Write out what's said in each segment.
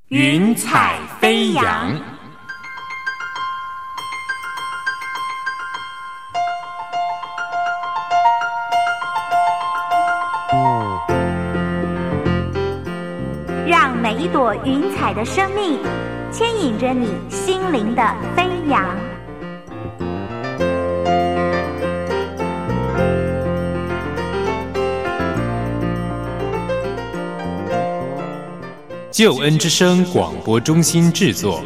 云彩飞扬。 让每一朵云彩的生命牵引着你心灵的飞扬。 救恩之声广播中心制作。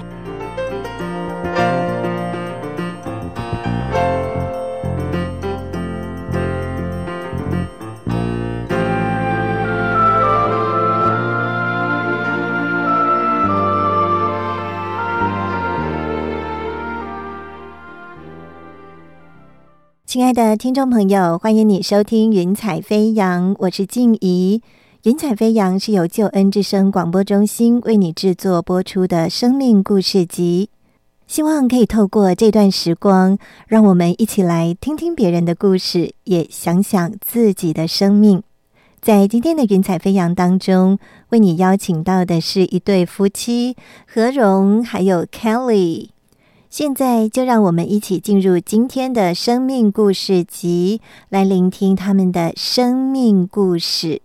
亲爱的听众朋友，欢迎你收听云彩飞扬，我是静怡。云彩飞扬是由救恩之声广播中心为你制作播出的生命故事集，希望可以透过这段时光，让我们一起来听听别人的故事，也想想自己的生命。在今天的云彩飞扬当中，为你邀请到的是一对夫妻，何荣还有 Kelly。现在就让我们一起进入今天的生命故事集，来聆听他们的生命故事。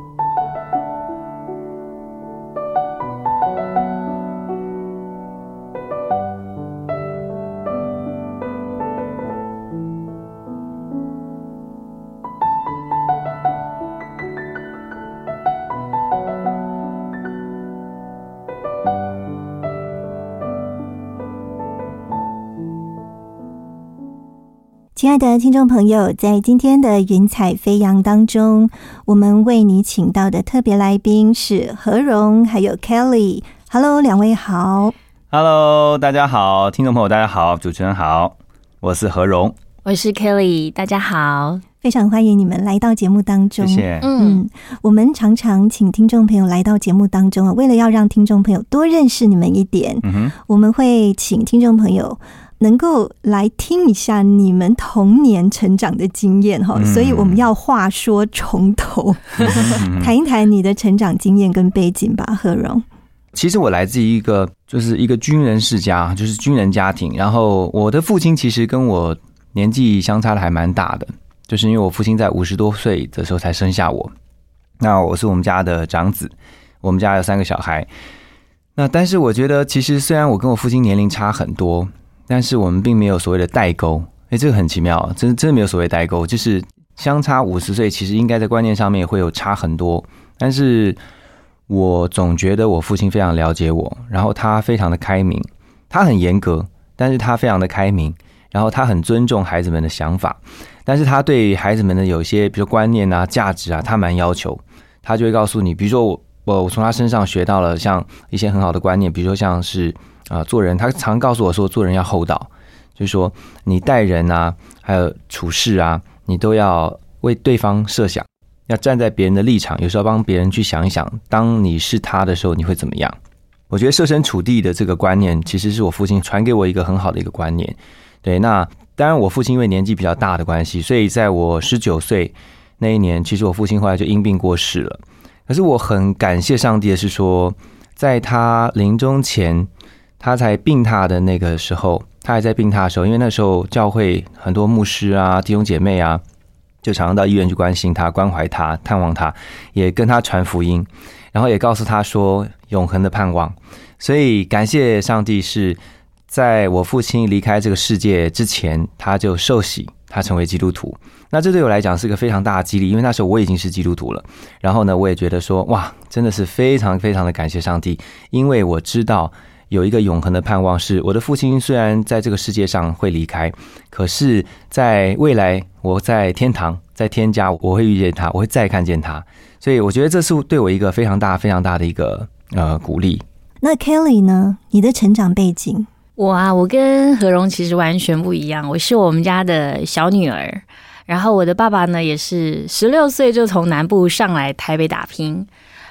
亲爱的听众朋友，在今天的云彩飞扬当中，我们为你请到的特别来宾是何荣还有 Kelly。Hello， 两位好。 Hello， 大家好，听众朋友大家好，主持人好，我是何荣， 我是 Kelly， 大家好， 非常欢迎你们来到节目当中。 谢谢。 我们常常请听众朋友来到节目当中，为了要让听众朋友多认识你们一点，我们会请听众朋友能够来听一下你们童年成长的经验，所以我们要话说从头，谈一谈你的成长经验跟背景吧，何荣。 其实我来自一个军人世家，就是军人家庭，然后我的父亲其实跟我年纪相差的还蛮大的，就是因为我父亲在50多岁的时候才生下我，那我是我们家的长子，我们家有3个小孩。那但是我觉得其实虽然我跟我父亲年龄差很多，但是我们并没有所谓的代沟，这个很奇妙，真的没有所谓代沟，就是相差50岁，其实应该在观念上面也会有差很多，但是我总觉得我父亲非常了解我，然后他非常的开明，他很严格，但是他非常的开明，然后他很尊重孩子们的想法，但是他对孩子们的有一些比如说观念啊、价值啊，他蛮要求，他就会告诉你，比如说我从他身上学到了像一些很好的观念，比如说像是做人，他常告诉我说做人要厚道，就是说你待人啊，还有处事啊，你都要为对方设想，要站在别人的立场，有时候帮别人去想一想，当你是他的时候你会怎么样。我觉得设身处地的这个观念其实是我父亲传给我一个很好的一个观念。对，那当然我父亲因为年纪比较大的关系，所以在我19岁那一年，其实我父亲后来就因病过世了。可是我很感谢上帝的是说，在他临终前，他才病榻的那个时候，他还在病榻的时候，因为那时候教会很多牧师啊、弟兄姐妹啊，就常常到医院去关心他、关怀他、探望他，也跟他传福音，然后也告诉他说永恒的盼望。所以感谢上帝，是在我父亲离开这个世界之前，他就受洗，他成为基督徒。那这对我来讲是一个非常大的激励，因为那时候我已经是基督徒了。然后呢，我也觉得说，哇，真的是非常非常的感谢上帝，因为我知道有一个永恒的盼望，是我的父亲虽然在这个世界上会离开，可是在未来我在天堂，在天家，我会遇见他，我会再看见他。所以我觉得这是对我一个非常大非常大的一个鼓励。 那 Kelly 呢？你的成长背景？ 我跟何荣其实完全不一样，我是我们家的小女儿，然后我的爸爸呢也是16岁就从南部上来台北打拼，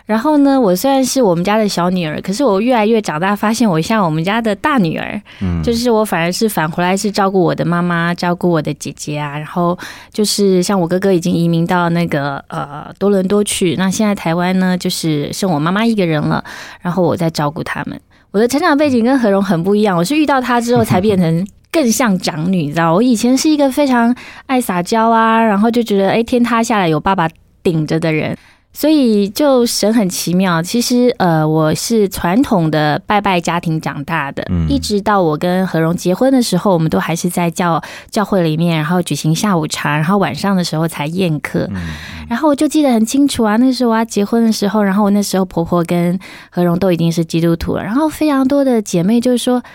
然后呢，我虽然是我们家的小女儿，可是我越来越长大，发现我像我们家的大女儿，就是我反而是返回来是照顾我的妈妈，照顾我的姐姐啊，然后就是像我哥哥已经移民到那个多伦多去，那现在台湾呢就是剩我妈妈一个人了，然后我在照顾他们。我的成长背景跟何荣很不一样，我是遇到他之后才变成更像长女，你知道，我以前是一个非常爱撒娇啊，然后就觉得天塌下来有爸爸顶着的人。所以就神很奇妙，其实我是传统的拜拜家庭长大的，一直到我跟何荣结婚的时候，我们都还是在教会里面，然后举行下午茶，然后晚上的时候才宴客。然后我就记得很清楚啊，那时候我要结婚的时候，然后我那时候婆婆跟何荣都已经是基督徒了，然后非常多的姐妹就说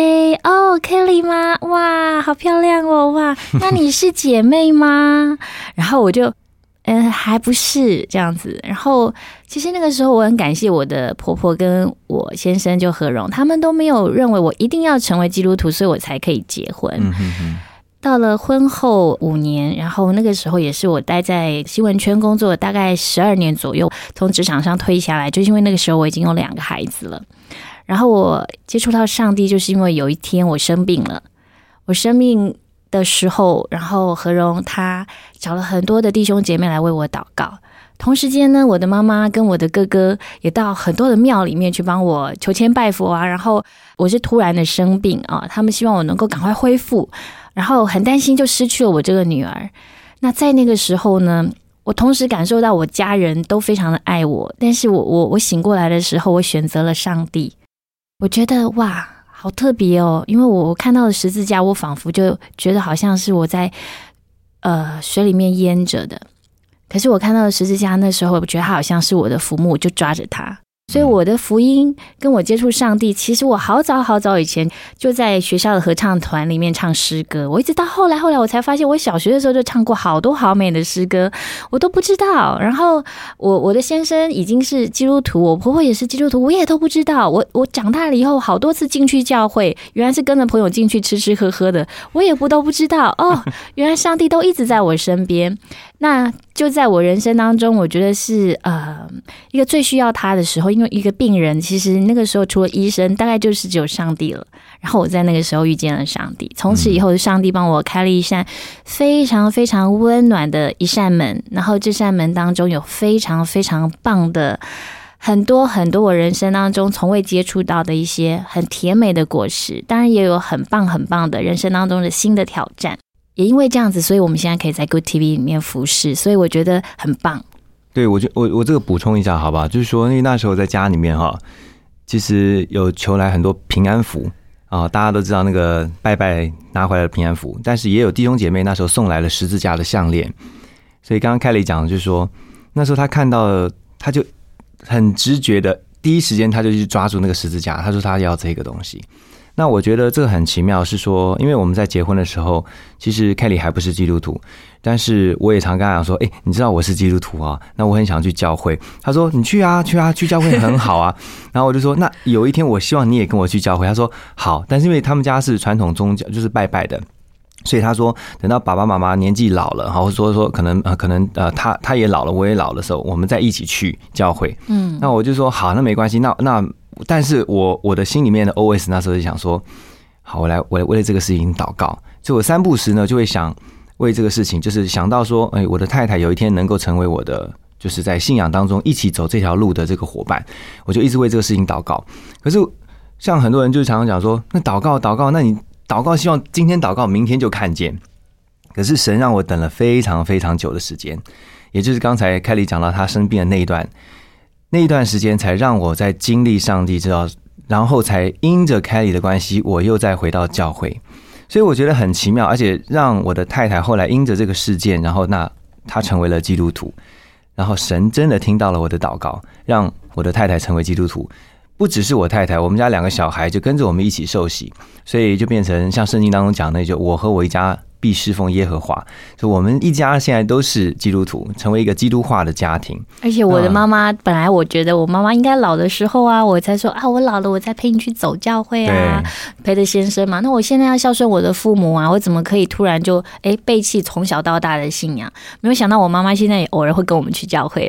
Kelly 吗？哇，好漂亮哦！哇，那你是姐妹吗？然后我就还不是这样子。然后其实那个时候我很感谢我的婆婆跟我先生就何荣，他们都没有认为我一定要成为基督徒，所以我才可以结婚。到了婚后5年，然后那个时候也是我待在新闻圈工作大概12年左右，从职场上退下来，就是因为那个时候我已经有2个孩子了。然后我接触到上帝，就是因为有一天我生病了，我生病的时候，然后何荣他找了很多的弟兄姐妹来为我祷告，同时间呢，我的妈妈跟我的哥哥也到很多的庙里面去帮我求签拜佛啊。然后我是突然的生病啊，他们希望我能够赶快恢复，然后很担心就失去了我这个女儿。那在那个时候呢，我同时感受到我家人都非常的爱我，但是我醒过来的时候，我选择了上帝。我觉得哇，好特别哦，因为我看到的十字架，我仿佛就觉得好像是我在水里面淹着的，可是我看到的十字架，那时候我觉得它好像是我的父母，就抓着它。所以我的福音跟我接触上帝，其实我好早以前就在学校的合唱团里面唱诗歌，我一直到后来我才发现，我小学的时候就唱过好多好美的诗歌，我都不知道。然后我的先生已经是基督徒，我婆婆也是基督徒，我也都不知道。我长大了以后，好多次进去教会，原来是跟着朋友进去吃喝的，我也都不知道哦。原来上帝都一直在我身边。那就在我人生当中，我觉得是一个最需要他的时候，因为一个病人，其实那个时候除了医生，大概就是只有上帝了。然后我在那个时候遇见了上帝，从此以后，上帝帮我开了一扇非常非常温暖的一扇门，然后这扇门当中有非常非常棒的很多我人生当中从未接触到的一些很甜美的果实，当然也有很棒的人生当中的新的挑战。也因为这样子，所以我们现在可以在 Good TV 里面服侍，所以我觉得很棒。 对，我这个补充一下好不好？就是说，因为那时候在家里面哈，其实有求来很多平安符啊，大家都知道那个拜拜拿回来的平安符，但是也有弟兄姐妹那时候送来了十字架的项链。所以刚刚Kelly讲的就是说，那时候他看到了，他就很直觉的，第一时间他就去抓住那个十字架，他说他要这个东西。那我觉得这个很奇妙，是说，因为我们在结婚的时候，其实 Kelly 还不是基督徒，但是我也常跟他讲说，你知道我是基督徒啊，那我很想去教会。他说你去啊，去教会很好啊。然后我就说，那有一天我希望你也跟我去教会。他说好，但是因为他们家是传统宗教，就是拜拜的，所以他说等到爸爸妈妈年纪老了，或者说可能他也老了，我也老的时候，我们再一起去教会。那我就说好，那没关系，那但是我的心里面的 OS 那时候就想说，好，我为了这个事情祷告。所以我3不时呢就会想为这个事情，就是想到说，我的太太有一天能够成为我的，就是在信仰当中一起走这条路的这个伙伴，我就一直为这个事情祷告。可是像很多人就常常讲说，那祷告，那你祷告希望今天祷告，明天就看见。可是神让我等了非常非常久的时间，也就是刚才Kelly讲到他生病的那一段时间，才让我在经历上帝知道，然后才因着Kelly的关系，我又再回到教会。所以我觉得很奇妙，而且让我的太太后来因着这个事件，然后她成为了基督徒，然后神真的听到了我的祷告，让我的太太成为基督徒。不只是我太太，我们家2个小孩就跟着我们一起受洗，所以就变成像圣经当中讲的，就我和我一家必侍奉耶和华。所以我们一家现在都是基督徒，成为一个基督化的家庭。 而且我的妈妈，本来我觉得我妈妈应该老的时候啊，我才说啊，我老了我再陪你去走教会啊，陪着先生嘛。那我现在要孝顺我的父母啊，我怎么可以突然就背弃从小到大的信仰？没有想到我妈妈现在也偶尔会跟我们去教会了。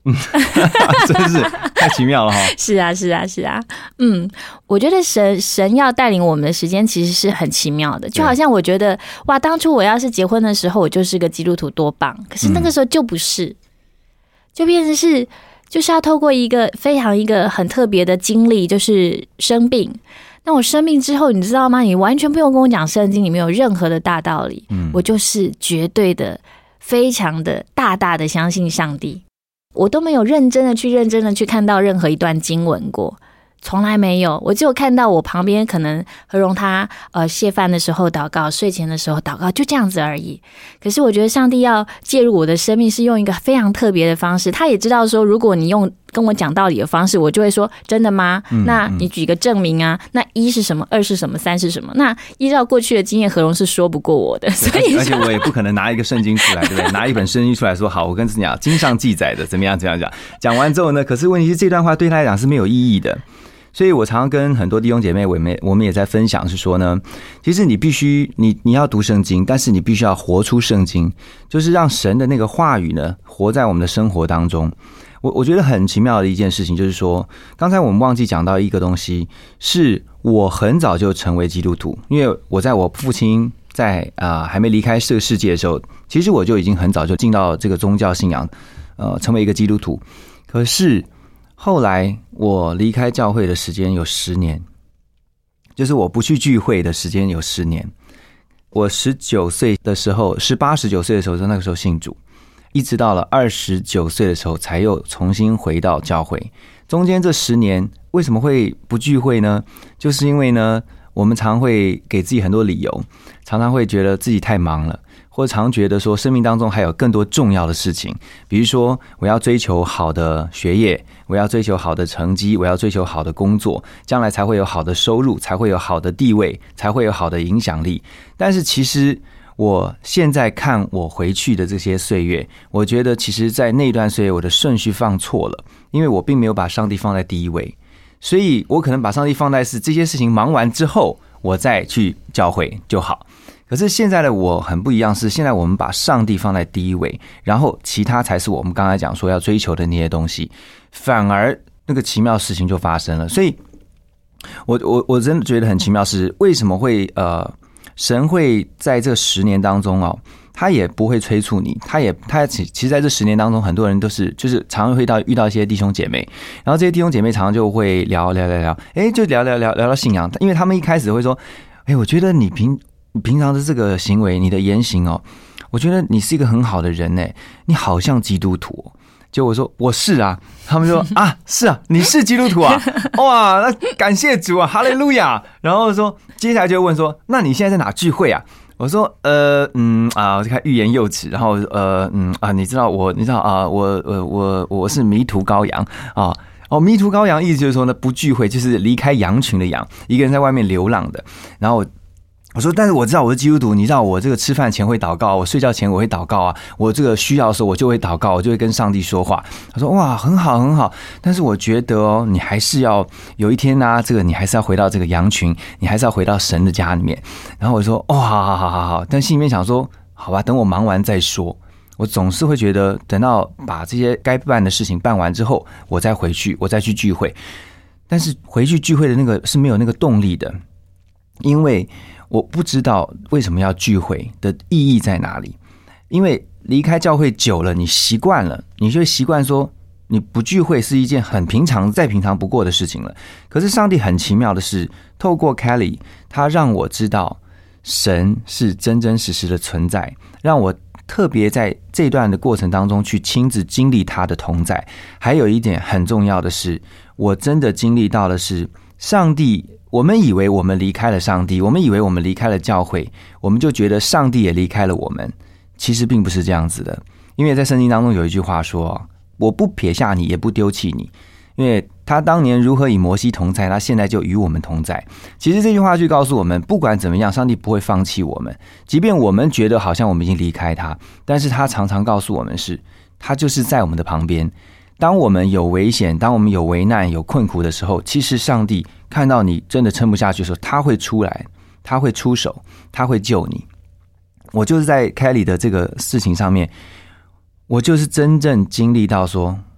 真是太奇妙了哈！ 是啊，我觉得神要带领我们的时间其实是很奇妙的，就好像我觉得哇，当初我要是结婚的时候，我就是个基督徒多棒，可是那个时候就不是，就变成是就是要透过一个很特别的经历，就是生病。那我生病之后，你知道吗？你完全不用跟我讲圣经里面有任何的大道理，我就是绝对的、非常的大的相信上帝。我都没有认真的去看到任何一段经文过，从来没有。我只有看到我旁边可能何荣他谢饭的时候祷告，睡前的时候祷告，就这样子而已。可是我觉得上帝要介入我的生命是用一个非常特别的方式，他也知道说，如果你用跟我讲道理的方式，我就会说真的吗？那你举个证明啊，那1是什么，2是什么，3是什么？那依照过去的经验，何荣是说不过我的，所以而且我也不可能拿一个圣经出来，对不对？拿一本圣经出来说好，我跟你讲，经上记载的怎么样讲完之后呢，可是问题是这段话对他来讲是没有意义的。所以我常常跟很多弟兄姐妹我们也在分享是说呢，其实你必须你要读圣经，但是你必须要活出圣经，就是让神的那个话语呢活在我们的生活当中。我觉得很奇妙的一件事情就是说，刚才我们忘记讲到一个东西，是我很早就成为基督徒，因为我在我父亲在还没离开这个世界的时候，其实我就已经很早就进到这个宗教信仰，成为一个基督徒。可是后来我离开教会的时间有10年，就是我不去聚会的时间有10年。我19岁的时候，18、19岁的时候，那个时候信主，一直到了29岁的时候才又重新回到教会。中间这10年为什么会不聚会呢？就是因为呢，我们常会给自己很多理由，常常会觉得自己太忙了，或者常觉得说生命当中还有更多重要的事情，比如说我要追求好的学业，我要追求好的成绩，我要追求好的工作，将来才会有好的收入，才会有好的地位，才会有好的影响力。但是其实我现在看我回去的这些岁月，我觉得其实在那段岁月我的顺序放错了，因为我并没有把上帝放在第一位，所以我可能把上帝放在是这些事情忙完之后我再去教会就好。可是现在的我很不一样，是现在我们把上帝放在第一位，然后其他才是我们刚才讲说要追求的那些东西，反而那个奇妙事情就发生了。所以我真的觉得很奇妙，是为什么会神会在这10年当中哦，他也不会催促你，他其实在这10年当中，很多人都是就是常常会遇到一些弟兄姐妹，然后这些弟兄姐妹常常就会聊，就聊到信仰，因为他们一开始会说，我觉得你平常的这个行为，你的言行哦，我觉得你是一个很好的人耶，你好像基督徒哦。就我说我是啊，他们说啊是啊，你是基督徒啊，哇，那感谢主啊，哈利路亚。然后说接下来就问说，那你现在在哪聚会啊？我说我就开始欲言又止，然后你知道我是迷途羔羊啊。迷途羔羊意思就是说呢，不聚会就是离开羊群的羊，一个人在外面流浪的。然后我说，但是我知道我是基督徒，你知道我这个吃饭前会祷告，我睡觉前我会祷告啊，我这个需要的时候我就会祷告，我就会跟上帝说话。他说哇，很好很好，但是我觉得你还是要有一天这个你还是要回到这个羊群，你还是要回到神的家里面。然后我说好，但心里面想说，好吧，等我忙完再说。我总是会觉得，等到把这些该办的事情办完之后，我再回去，我再去聚会。但是回去聚会的那个是没有那个动力的，因为我不知道为什么要聚会的意义在哪里。因为离开教会久了，你习惯了，你就会习惯说你不聚会是一件很平常再平常不过的事情了。可是上帝很奇妙的是，透过 Kelly 他让我知道神是真真实实的存在，让我特别在这段的过程当中去亲自经历他的同在。还有一点很重要的是，我真的经历到的是上帝，我们以为我们离开了上帝，我们以为我们离开了教会，我们就觉得上帝也离开了我们。其实并不是这样子的，因为在圣经当中有一句话说，我不撇下你，也不丢弃你。因为他当年如何与摩西同在，他现在就与我们同在。其实这句话就告诉我们，不管怎么样，上帝不会放弃我们，即便我们觉得好像我们已经离开他，但是他常常告诉我们是，他就是在我们的旁边。当我们有危险，当我们有危难有困苦的时候，其实上帝看到你真的撑不下去的时候，他会出来，他会出手，他会救你。我就是在 Kelly 的这个事情上面，我就是真正经历到说，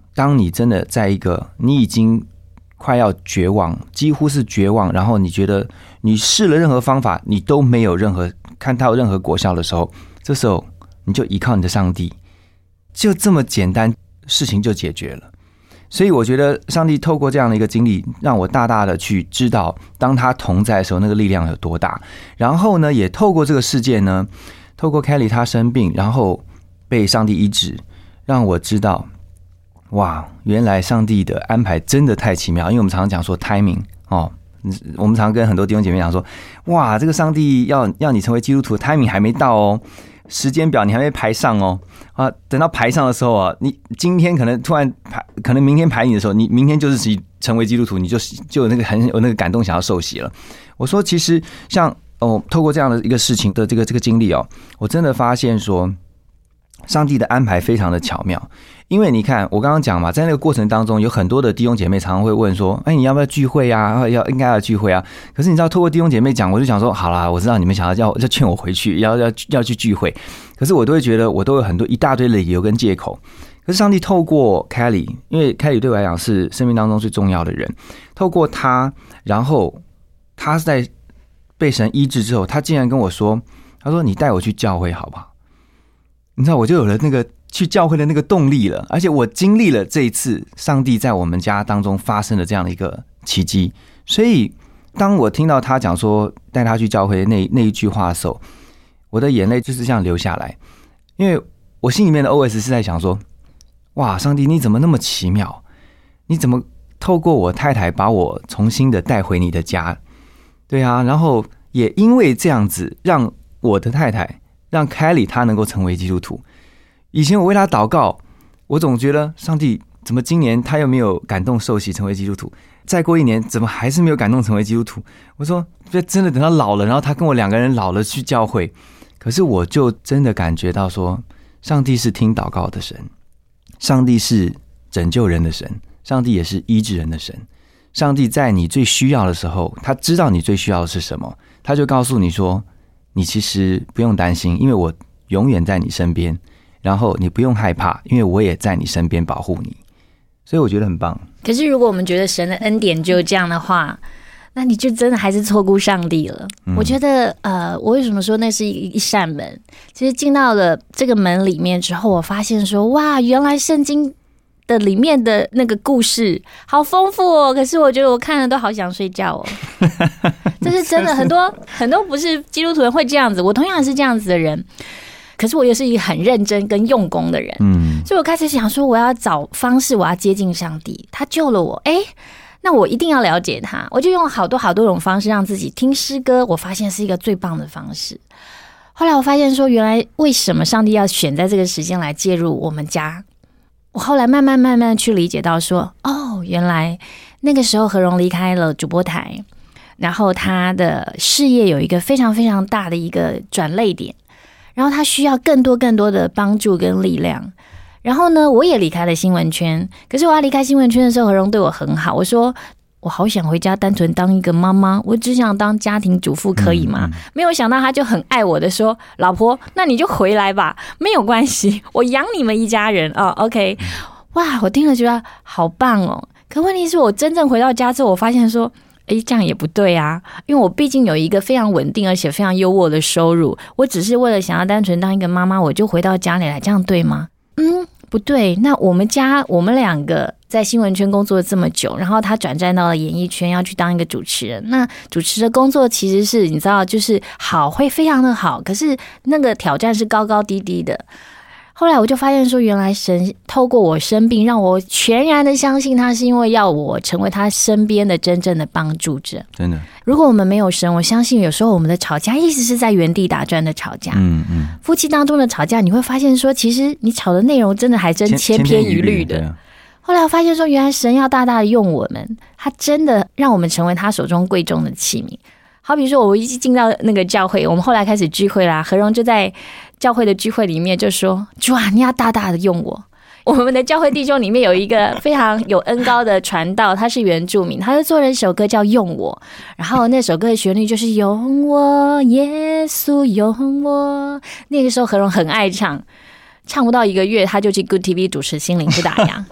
当你真的在一个你已经快要绝望，几乎是绝望，然后你觉得你试了任何方法，你都没有看到任何果效的时候，这时候你就依靠你的上帝，就这么简单，事情就解决了。所以我觉得上帝透过这样的一个经历，让我大大的去知道，当他同在的时候，那个力量有多大。然后呢，也透过这个事件呢，透过 Kelly 他生病，然后被上帝医治，让我知道，哇，原来上帝的安排真的太奇妙。因为我们常常讲说 timing 哦，我们常常跟很多弟兄姐妹讲说，哇，这个上帝要你成为基督徒 timing 还没到哦，时间表你还没排上哦，啊，等到排上的时候啊，你今天可能突然排，可能明天排你的时候，你明天就是成为基督徒，你就有那个很有那个感动，想要受洗了。我说，其实像透过这样的一个事情的这个经历哦，我真的发现说，上帝的安排非常的巧妙。因为你看，我刚刚讲嘛，在那个过程当中，有很多的弟兄姐妹常常会问说：“哎，你要不要聚会啊？应该要聚会啊。”可是你知道，透过弟兄姐妹讲，我就想说，好啦，我知道你们想要劝我回去，要去聚会。可是我都会觉得，我都有一大堆的理由跟借口。可是上帝透过 Kelly， 因为 Kelly 对我来讲是生命当中最重要的人，透过他，然后他在被神医治之后，他竟然跟我说：“他说你带我去教会好不好？”你知道，我就有了那个去教会的那个动力了，而且我经历了这一次上帝在我们家当中发生的这样的一个奇迹。所以当我听到他讲说带他去教会那一句话的时候，我的眼泪就是这样流下来，因为我心里面的 OS 是在想说，哇，上帝你怎么那么奇妙，你怎么透过我太太把我重新的带回你的家。对啊，然后也因为这样子让我的太太，让 Kelly 她能够成为基督徒。以前我为她祷告，我总觉得上帝怎么今年她又没有感动受洗成为基督徒，再过1年怎么还是没有感动成为基督徒。我说真的等她老了，然后她跟我2个人老了去教会，可是我就真的感觉到说，上帝是听祷告的神，上帝是拯救人的神，上帝也是医治人的神。上帝在你最需要的时候，他知道你最需要的是什么，他就告诉你说，你其实不用担心，因为我永远在你身边，然后你不用害怕，因为我也在你身边保护你。所以我觉得很棒。 可是如果我们觉得神的恩典就这样的话，那你就真的还是错估上帝了。我觉得我为什么说那是一扇门，其实进到了这个门里面之后，我发现说，哇，原来圣经的里面的那个故事好丰富哦，可是我觉得我看了都好想睡觉哦。这是真的，很多不是基督徒人会这样子，我同样是这样子的人，可是我也是一个很认真跟用功的人。所以我开始想说，我要找方式，我要接近上帝，他救了我，那我一定要了解他，我就用好多种方式让自己听诗歌，我发现是一个最棒的方式。后来我发现说，原来为什么上帝要选在这个时间来介入我们家，我后来慢慢去理解到说，原来那个时候何荣离开了主播台，然后他的事业有一个非常非常大的一个转捩点，然后他需要更多的帮助跟力量。然后呢，我也离开了新闻圈，可是我要离开新闻圈的时候，何荣对我很好，我说我好想回家单纯当一个妈妈，我只想当家庭主妇，可以吗？没有想到他就很爱我的说，老婆，那你就回来吧，没有关系，我养你们一家人哦 OK。 哇，我听了觉得好棒哦。可问题是我真正回到家之后，我发现说，这样也不对啊，因为我毕竟有一个非常稳定而且非常优渥的收入，我只是为了想要单纯当一个妈妈，我就回到家里来，这样对吗？不对。那我们2个在新闻圈工作了这么久，然后他转战到了演艺圈，要去当一个主持人。那主持的工作其实是你知道，就是好，会非常的好，可是那个挑战是高高低低的。后来我就发现说，原来神透过我生病，让我全然的相信他，是因为要我成为他身边的真正的帮助者。 真的， 如果我们没有神，我相信有时候我们的吵架一直是在原地打转的吵架。夫妻当中的吵架，你会发现说，其实你吵的内容真的还真千篇一律的。后来我发现说，原来神要大大的用我们，他真的让我们成为他手中贵重的器皿。好比说，我一进到那个教会，我们后来开始聚会啦，何荣就在教会的聚会里面就说，主啊，你要大大的用我。我们的教会弟兄里面有一个非常有恩高的传道，他是原住民，他就做了一首歌叫用我，然后那首歌的旋律就是用我耶稣用我。那个时候何荣很爱唱，唱不到1个月他就去 Good TV 主持心灵不打烊。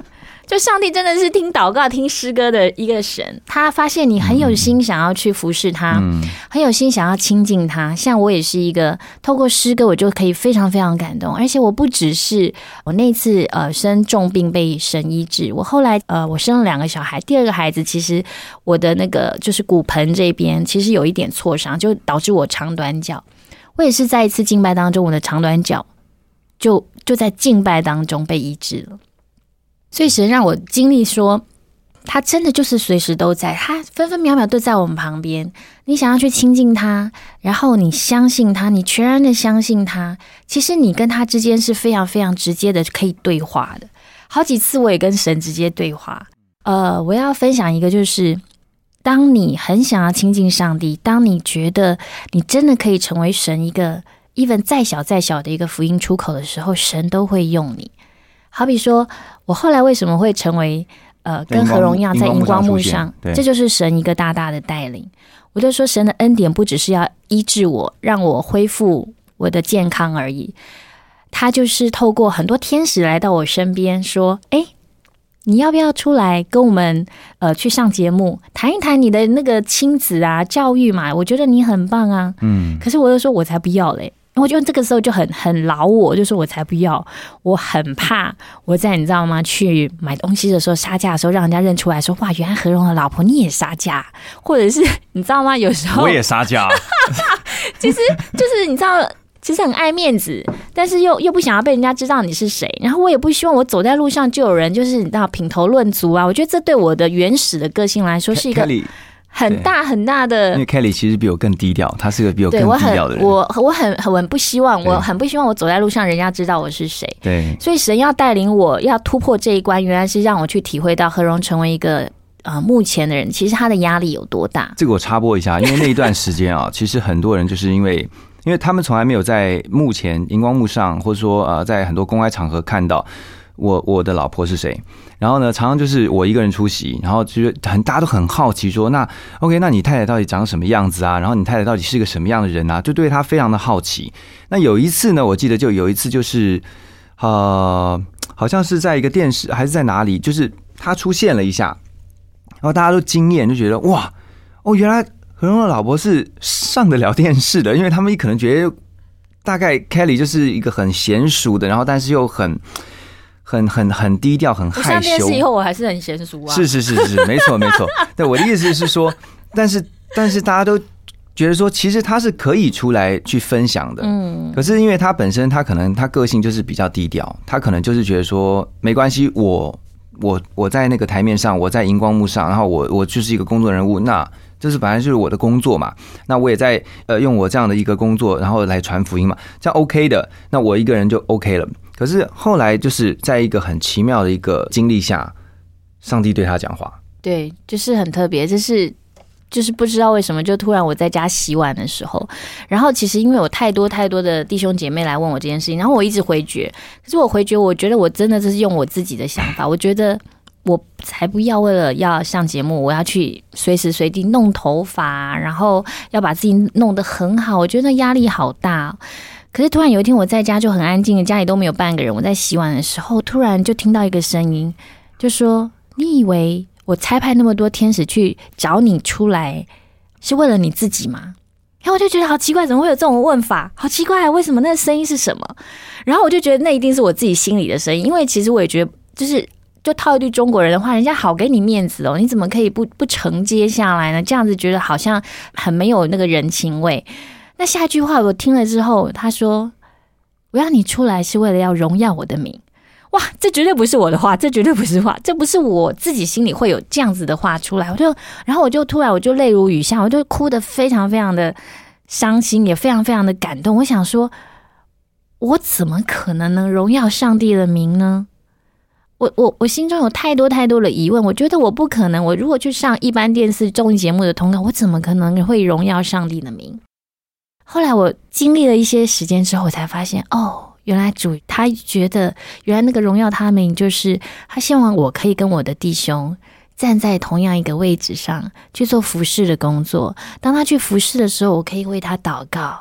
就上帝真的是听祷告、听诗歌的一个神，他发现你很有心想要去服侍他，很有心想要亲近他。像我也是一个透过诗歌，我就可以非常非常感动。而且我不只是我那次生重病被神医治，我后来我生了2个小孩，第2个孩子其实我的那个就是骨盆这边其实有一点挫伤，就导致我长短脚。我也是在一次敬拜当中，我的长短脚就在敬拜当中被医治了。所以神让我经历说，他真的就是随时都在，他分分秒秒都在我们旁边。你想要去亲近他，然后你相信他，你全然的相信他，其实你跟他之间是非常非常直接的可以对话的。好几次我也跟神直接对话。我要分享一个，就是当你很想要亲近上帝，当你觉得你真的可以成为神一个 even 再小再小的一个福音出口的时候，神都会用你。好比说我后来为什么会成为跟何荣一样在荧光幕上，这就是神一个大大的带领。我就说神的恩典不只是要医治我，让我恢复我的健康而已，他就是透过很多天使来到我身边说，你要不要出来跟我们去上节目谈一谈你的那个亲子啊教育嘛，我觉得你很棒啊。可是我就说我才不要嘞，我就这个时候就很老我就说我才不要，我很怕我在你知道吗去买东西的时候杀价的时候让人家认出来说，哇，原来何荣的老婆你也杀价，或者是你知道吗有时候我也杀价其实就是你知道其实很爱面子，但是又不想要被人家知道你是谁，然后我也不希望我走在路上就有人就是你知道品头论足啊，我觉得这对我的原始的个性来说是一个很大很大的， 因为 Kelly 其实比我更低调，他是个比我更低调的人。 我很不希望，我很不希望我走在路上人家知道我是谁。 对， 所以神要带领我要突破这一关，原来是让我去体会到何荣成为一个目前的人，其实他的压力有多大。这个我插播一下，因为那一段时间啊，其实很多人就是因为他们从来没有在幕前荧光幕上，或者说在很多公开场合看到我的老婆是谁。然后呢，常常就是我一个人出席，然后就是大家都很好奇说，那 OK， 那你太太到底长什么样子啊？然后你太太到底是个什么样的人啊？就对她非常的好奇。那有一次呢，我记得就有一次就是好像是在一个电视还是在哪里，就是她出现了一下，然后大家都惊艳，就觉得哇，原来何荣的老婆是上得了电视的，因为他们可能觉得大概 Kelly 就是一个很娴熟的，然后但是又很低调，很害羞。我上电视以后我还是很娴熟啊。 是，没错。对，我的意思是说，但是大家都觉得说，其实他是可以出来去分享的。可是因为他本身他可能他个性就是比较低调，他可能就是觉得说没关系，我在那个台面上，我在荧光幕上，然后我就是一个公众人物，那这是本来就是我的工作嘛，那我也在用我这样的一个工作，然后来传福音嘛，这样 OK 的，那我一个人就 OK 了。可是后来就是在一个很奇妙的一个经历下，上帝对他讲话， 对，就是很特别，就是不知道为什么，就突然我在家洗碗的时候，然后其实因为有太多的弟兄姐妹来问我这件事情，然后我一直回绝，可是我回绝，我觉得我真的是用我自己的想法，我觉得我才不要为了要上节目，我要去随时随地弄头发，然后要把自己弄得很好，我觉得压力好大。可是突然有一天我在家就很安静，家里都没有半个人，我在洗碗的时候突然就听到一个声音，就说你以为我差派那么多天使去找你出来是为了你自己吗？然后我就觉得好奇怪，怎么会有这种问法，好奇怪，为什么那个声音是什么？然后我就觉得那一定是我自己心里的声音，因为其实我也觉得就套一句中国人的话，人家好给你面子哦，你怎么可以不承接下来呢？这样子觉得好像很没有那个人情味。那下一句话我听了之后，他说我要你出来是为了要荣耀我的名。哇，这绝对不是我的话，这绝对不是话，这不是我自己心里会有这样子的话出来。然后我就突然我就泪如雨下，我就哭得非常非常的伤心，也非常非常的感动。我想说，我怎么可能荣耀上帝的名呢？我心中有太多的疑问，我觉得我不可能，我如果去上一般电视综艺节目的通告，我怎么可能会荣耀上帝的名？后来我经历了一些时间之后，我才发现，原来主他觉得，原来那个荣耀他的名就是他希望我可以跟我的弟兄站在同样一个位置上去做服侍的工作。当他去服侍的时候，我可以为他祷告，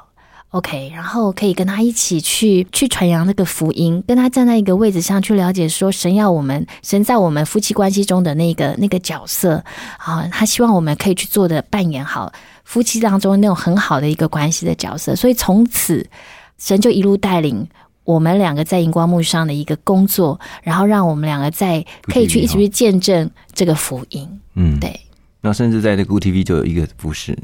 OK， 然后可以跟他一起去传扬那个福音，跟他站在一个位置上去了解说神在我们夫妻关系中的那个角色啊，他希望我们可以去做的扮演好夫妻当中那种很好的一个关系的角色。所以从此神就一路带领我们两个在荧光幕上的一个工作，然后让我们两个可以一起去见证这个福音。对。 那甚至在这个 GoTV 就有一个服事。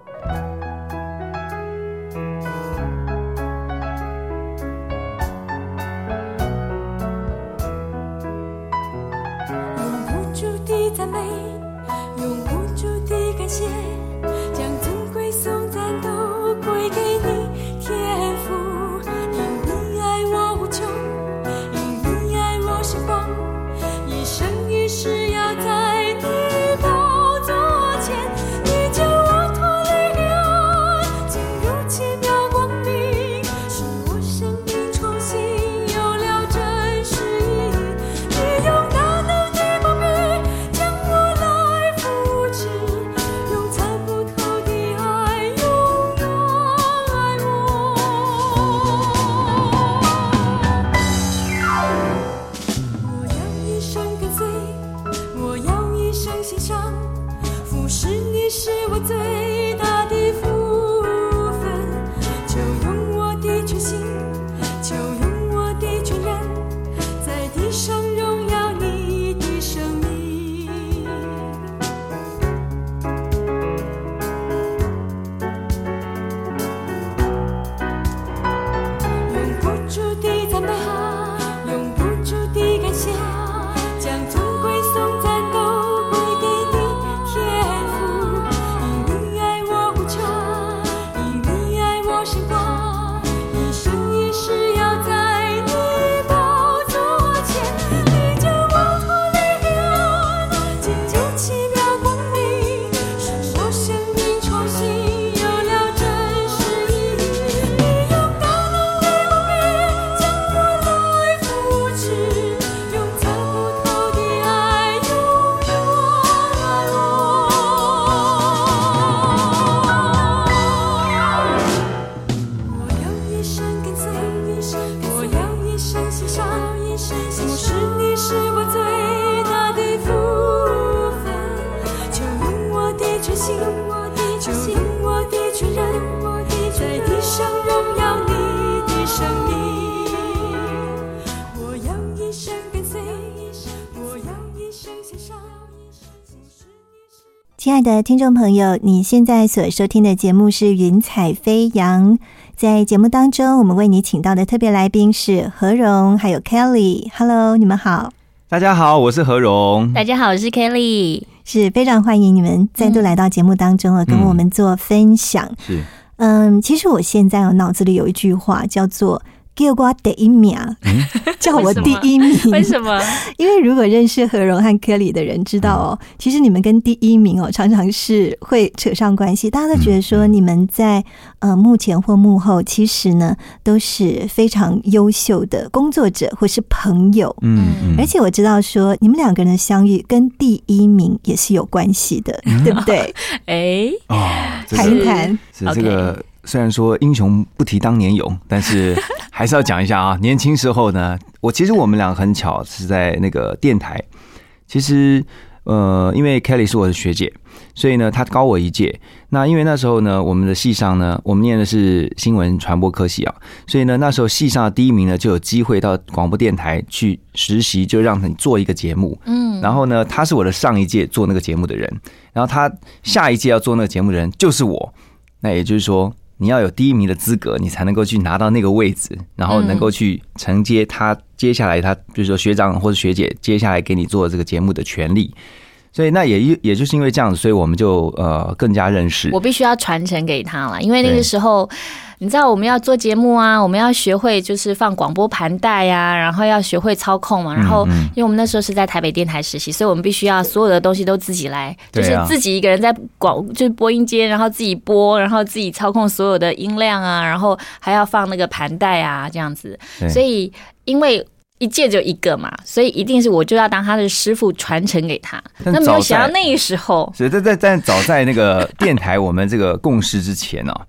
亲爱的听众朋友，你现在所收听的节目是云彩飞扬。在节目当中，我们为你请到的特别来宾是何荣还有 Kelly。Hello， 你们好。 大家好，我是何荣。 大家好，我是 Kelly。 是非常欢迎你们再度来到节目当中跟我们做分享。 是， 其实我现在脑子里有一句话叫做叫我第一名，叫我第一名。 为什么？ 因为如果认识何荣和柯里的人知道其实你们跟第一名常常是会扯上关系。大家都觉得说你们在幕前或幕后，其实呢都是非常优秀的工作者或是朋友。而且我知道说你们两个人的相遇跟第一名也是有关系的，对不对？谈一谈。 是这个。虽然说英雄不提当年勇，但是还是要讲一下啊。年轻时候呢，其实我们俩很巧是在那个电台。其实因为 Kelly 是我的学姐，所以呢她高我一届。那因为那时候呢，我们的系上呢，我们念的是新闻传播科系啊，所以呢那时候系上的第一名呢就有机会到广播电台去实习，就让你做一个节目。然后呢，他是我的上一届做那个节目的人，然后他下一届要做那个节目的人就是我。那也就是说，你要有第一名的资格，你才能够去拿到那个位置，然后能够去承接他接下来他比如说学长或者学姐接下来给你做这个节目的权利。所以那也就是因为这样子，所以我们就更加认识。 我必须要传承给他了，因为那个时候你知道我们要做节目啊，我们要学会就是放广播盘带啊，然后要学会操控嘛。然后因为我们那时候是在台北电台实习，所以我们必须要所有的东西都自己来，就是自己一个人在就是播音间，然后自己播，然后自己操控所有的音量啊，然后还要放那个盘带啊这样子。所以因为一届就一个嘛，所以一定是我就要当他的师傅传承给他。那没有想到那个时候， 但早在那个电台我们这个共事之前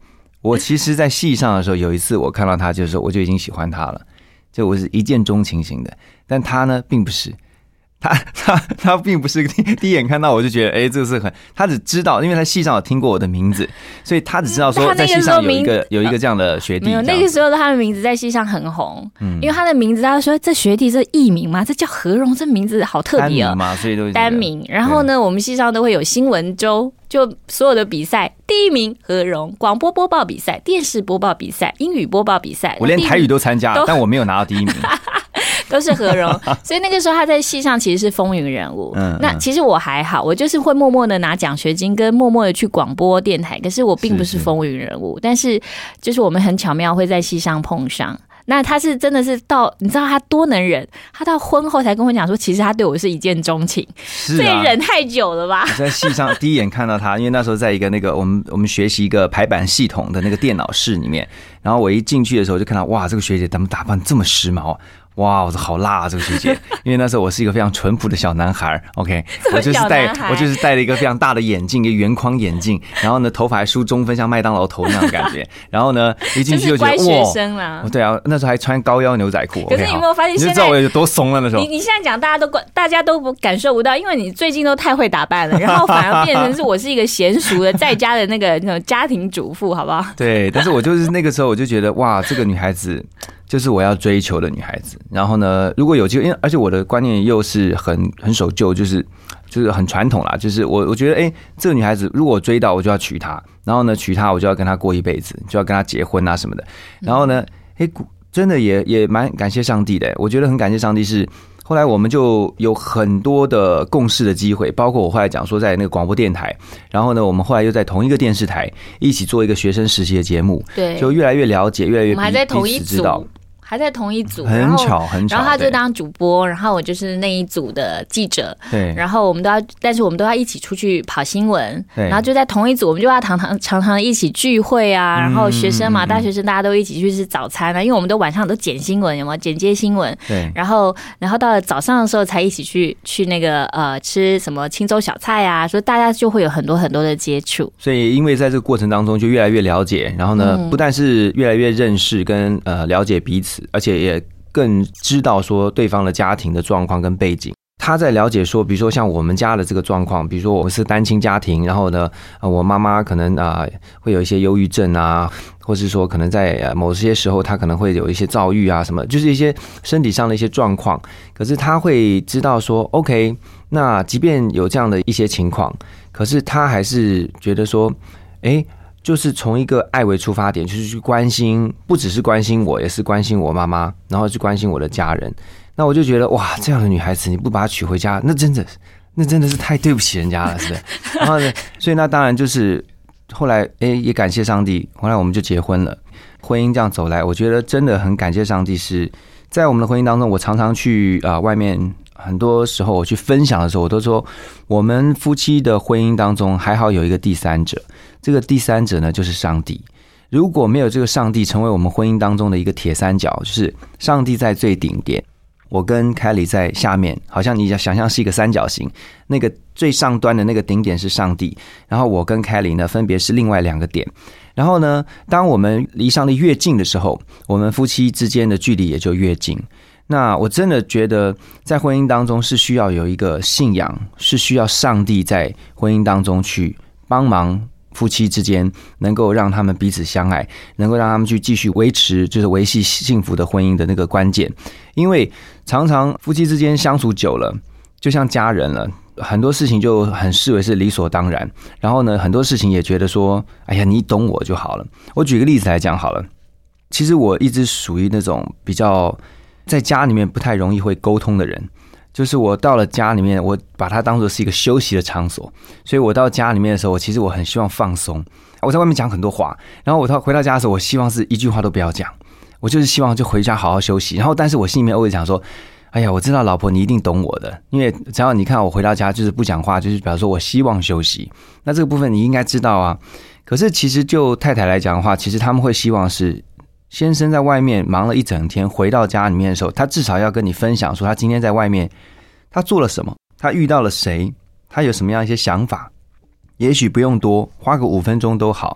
我其实在戏上的时候，有一次我看到他，就是我就已经喜欢他了，就我是一见钟情型的。但他呢，并不是。他并不是第一眼看到我就觉得，这个是很，他只知道，因为他戏上有听过我的名字，所以他只知道说在戏上有一个这样的学弟。 没有，那个时候他的名字在戏上很红，因为他的名字，大家说这学弟这艺名嘛，这叫何荣，这名字好特别单名嘛，所以都单名。然后呢，我们戏上都会有新闻周，就所有的比赛，第一名何荣，广播播报比赛、电视播报比赛、英语播报比赛， 我连台语都参加，但我没有拿到第一名。 都是何荣，所以那个时候他在戏上其实是风云人物。那其实我还好，我就是会默默的拿奖学金，跟默默的去广播电台，可是我并不是风云人物。但是就是我们很巧妙会在戏上碰上。那他是真的是到，你知道他多能忍，他到婚后才跟我讲说，其实他对我是一见钟情， 是啊， 所以忍太久了吧？ 我在戏上第一眼看到他，因为那时候在一个那个我们学习一个排版系统的那个电脑室里面，然后我一进去的时候就看到，哇，这个学姐怎么打扮这么时髦？哇，我说好辣啊，这个学姐！因为那时候我是一个非常淳朴的小男孩 ，OK， 我就是戴了一个非常大的眼镜，一个圆框眼镜，然后呢，头发还梳中分，像麦当劳头那样的感觉。然后呢，一进去就觉得乖学生啦， 对啊，那时候还穿高腰牛仔裤。 可是你有没有发现， 你就知道我有多怂了那时候？ 你现在讲，大家都感受不到，因为你最近都太会打扮了，然后反而变成是我是一个娴熟的在家的那种家庭主妇，好不好？ 对，但是我就是那个时候我就觉得，哇，这个女孩子。就是我要追求的女孩子，然后呢，如果有机会，因为而且我的观念又是很守旧，就是很传统啦，就是我觉得，这个女孩子如果我追到，我就要娶她，然后呢，娶她我就要跟她过一辈子，就要跟她结婚啊什么的，然后呢，真的也蛮感谢上帝的，我觉得很感谢上帝是。后来我们就有很多的共事的机会，包括我后来讲说在那个广播电台，然后呢，我们后来又在同一个电视台一起做一个学生实习的节目， 对， 就越来越了解，越来越我们还在同一知道。 还在同一组， 很巧， 然后他就当主播，然后我就是那一组的记者， 对， 然后但是我们都要一起出去跑新闻， 对， 然后就在同一组，我们就要常常一起聚会啊，然后学生嘛，大学生大家都一起去吃早餐啊，因为我们都晚上都剪新闻，有没有剪接新闻？ 对， 然后到了早上的时候才一起去那个吃什么青州小菜啊，所以大家就会有很多很多的接触。 所以因为在这个过程当中就越来越了解，然后呢，不但是越来越认识跟了解彼此，而且也更知道说对方的家庭的状况跟背景。他在了解说，比如说像我们家的这个状况，比如说我是单亲家庭，然后呢，我妈妈可能会有一些忧郁症啊，或是说可能在某些时候她可能会有一些躁郁啊什么，就是一些身体上的一些状况。可是他会知道说 ，OK， 那即便有这样的一些情况，可是他还是觉得说，就是从一个爱为出发点，就是去关心，不只是关心我，也是关心我妈妈，然后去关心我的家人。那我就觉得哇，这样的女孩子你不把她娶回家，那真的是太对不起人家了，是不是？然后呢，所以那当然就是后来也感谢上帝，后来我们就结婚了。婚姻这样走来，我觉得真的很感谢上帝，是在我们的婚姻当中，我常常去外面。很多时候我去分享的时候，我都说我们夫妻的婚姻当中还好有一个第三者，这个第三者呢就是上帝。如果没有这个上帝成为我们婚姻当中的一个铁三角，就是上帝在最顶点，我跟凯莉在下面，好像你想象是一个三角形，那个最上端的那个顶点是上帝，然后我跟凯莉呢分别是另外两个点。然后呢，当我们离上帝越近的时候，我们夫妻之间的距离也就越近。那我真的觉得在婚姻当中是需要有一个信仰，是需要上帝在婚姻当中去帮忙夫妻之间，能够让他们彼此相爱，能够让他们去继续维持，就是维系幸福的婚姻的那个关键。因为常常夫妻之间相处久了，就像家人了，很多事情就很视为是理所当然，然后呢，很多事情也觉得说，哎呀，你懂我就好了。我举个例子来讲好了，其实我一直属于那种比较在家里面不太容易会沟通的人，就是我到了家里面，我把它当作是一个休息的场所，所以我到家里面的时候，其实我很希望放松。我在外面讲很多话，然后我回到家的时候，我希望是一句话都不要讲，我就是希望就回家好好休息。然后，但是我心里面偶尔想说，哎呀，我知道老婆你一定懂我的，因为只要你看我回到家就是不讲话，就是表示说我希望休息。那这个部分你应该知道啊。可是其实就太太来讲的话，其实他们会希望是先生在外面忙了一整天，回到家里面的时候，他至少要跟你分享说他今天在外面他做了什么，他遇到了谁，他有什么样一些想法，也许不用多，花个5分钟都好。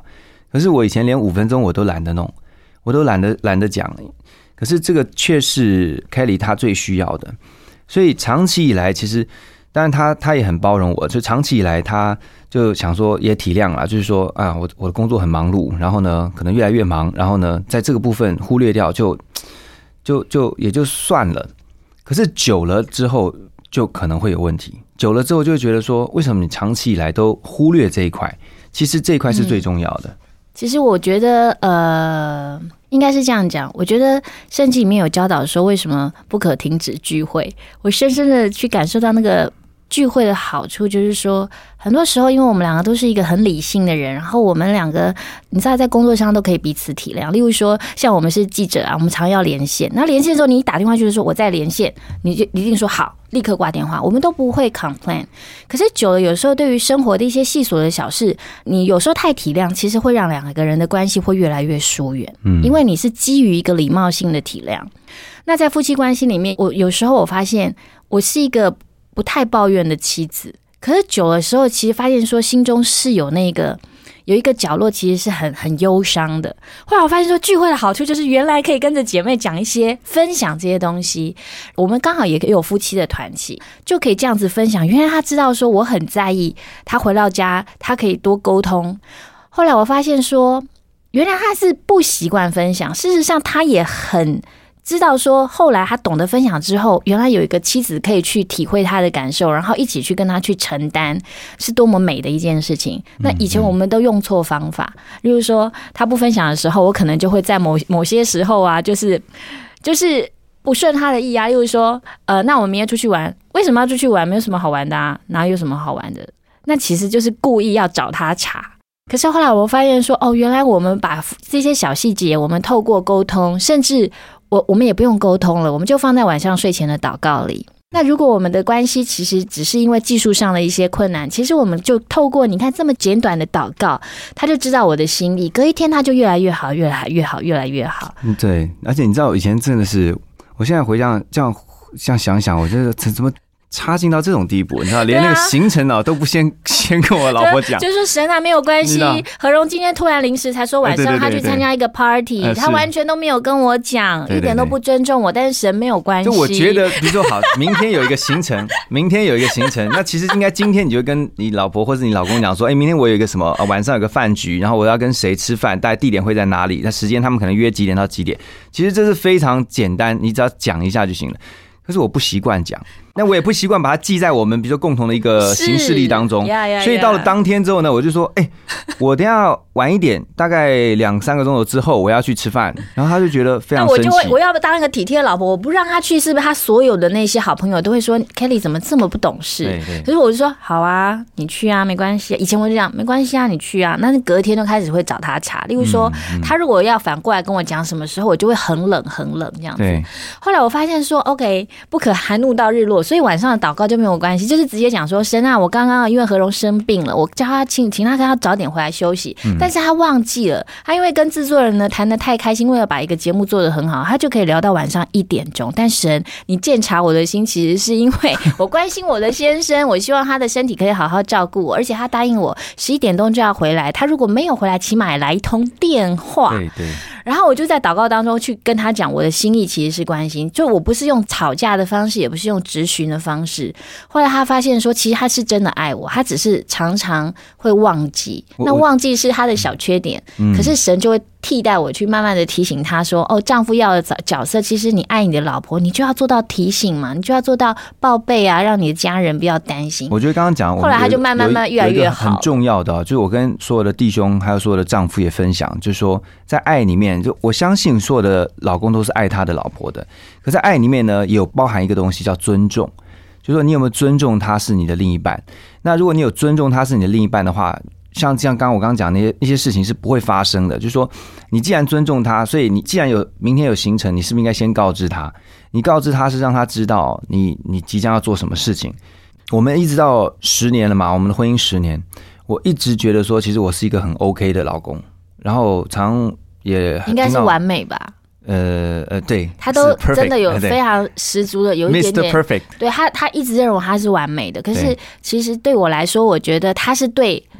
可是我以前连5分钟我都懒得弄，我都懒得讲。可是这个却是 Kelly 他最需要的，所以长期以来，其实当然他也很包容我，就长期以来他就想说也体谅啦，就是说啊，我的工作很忙碌，然后呢可能越来越忙，然后呢在这个部分忽略掉就也就算了。可是久了之后就可能会有问题，久了之后就会觉得说，为什么你长期以来都忽略这一块？其实这一块是最重要的。 其实我觉得应该是这样讲，我觉得圣经里面有教导说为什么不可停止聚会，我深深的去感受到那个聚会的好处，就是说很多时候因为我们两个都是一个很理性的人，然后我们两个你知道在工作上都可以彼此体谅，例如说像我们是记者啊，我们常要连线，那连线的时候你一打电话就是说我在连线，你就一定说好立刻挂电话，我们都不会 complain。 可是久了有时候对于生活的一些细琐的小事，你有时候太体谅，其实会让两个人的关系会越来越疏远，因为你是基于一个礼貌性的体谅。那在夫妻关系里面，我有时候我发现我是一个不太抱怨的妻子，可是久的时候其实发现说心中是有一个角落其实是很忧伤的。后来我发现说聚会的好处就是原来可以跟着姐妹讲一些分享这些东西，我们刚好也有夫妻的团契，就可以这样子分享。原来他知道说我很在意，他回到家他可以多沟通。后来我发现说原来他是不习惯分享，事实上他也很知道说后来他懂得分享之后，原来有一个妻子可以去体会他的感受，然后一起去跟他去承担，是多么美的一件事情。那以前我们都用错方法，例如说他不分享的时候，我可能就会在某些时候啊，就是不顺他的意啊，例如说那我们明天出去玩，为什么要出去玩？没有什么好玩的啊，哪有什么好玩的？那其实就是故意要找他茬。可是后来我发现说原来我们把这些小细节，我们透过沟通，甚至我们也不用沟通了，我们就放在晚上睡前的祷告里。那如果我们的关系其实只是因为技术上的一些困难，其实我们就透过你看这么简短的祷告，他就知道我的心意，隔一天他就越来越好，越来越好，越来越好。 对，而且你知道以前真的是，我现在回这样想想，我觉得怎么差劲到这种地步，你知道，连那个行程都不先跟我老婆讲， 就是说神啊没有关系。何荣今天突然临时才说晚上他去参加一个 party， 他完全都没有跟我讲，一点都不尊重我，但是神没有关系。 就我觉得，比如说好，明天有一个行程，那其实应该今天你就跟你老婆或者你老公讲说，明天我有一个什么晚上有个饭局，然后我要跟谁吃饭，大概地点会在哪里，那时间他们可能约几点到几点，其实这是非常简单，你只要讲一下就行了。可是我不习惯讲，那我也不习惯把它记在我们比如说共同的一个行事历当中，所以到了当天之后呢，我就说，我等一下晚一点，大概2-3个钟头之后我要去吃饭，然后他就觉得非常生气。 我要当一个体贴的老婆，我不让他去，是不是他所有的那些好朋友都会说 Kelly 怎么这么不懂事？对。可是我就说好啊，你去啊，没关系。以前我就讲没关系啊，你去啊。那隔天就开始会找他茬，例如说他如果要反过来跟我讲什么时候，我就会很冷这样子。后来我发现说 OK。不可含怒到日落，所以晚上的祷告就没有关系，就是直接讲说神啊，我刚刚因为何荣生病了，我叫他请他跟他早点回来休息，但是他忘记了，他因为跟制作人呢谈得太开心，为了把一个节目做得很好，他就可以聊到晚上1点钟。但神，你鉴察我的心，其实是因为我关心我的先生，我希望他的身体可以好好照顾我，而且他答应我11点钟就要回来，他如果没有回来，起码来一通电话。对。然后我就在祷告当中去跟他讲我的心意其实是关心，就我不是用吵架的方式，也不是用质询的方式。后来他发现说其实他是真的爱我，他只是常常会忘记，那忘记是他的小缺点，可是神就会替代我去慢慢的提醒他说丈夫要的角色，其实你爱你的老婆，你就要做到提醒嘛，你就要做到报备啊，让你的家人不要担心。 我觉得刚刚讲， 后来他就慢慢越来越好。 很重要的就是我跟所有的弟兄还有所有的丈夫也分享，就是说在爱里面，就我相信所有的老公都是爱他的老婆的，可在爱里面呢也有包含一个东西叫尊重，就是说你有没有尊重他是你的另一半。那如果你有尊重他是你的另一半的话，像我刚刚讲那些事情是不会发生的。就是说你既然尊重他，所以你既然明天有行程，你是不是应该先告知他？你告知他是让他知道你即将要做什么事情。我们一直到10年了嘛，我们的婚姻10年，我一直觉得说其实我是一个很 OK 的老公，然后常也应该是完美吧。 对， 他都真的有非常十足的有一点点 Mr. Perfect， 对他一直认为他是完美的，可是其实对我来说，我觉得他是对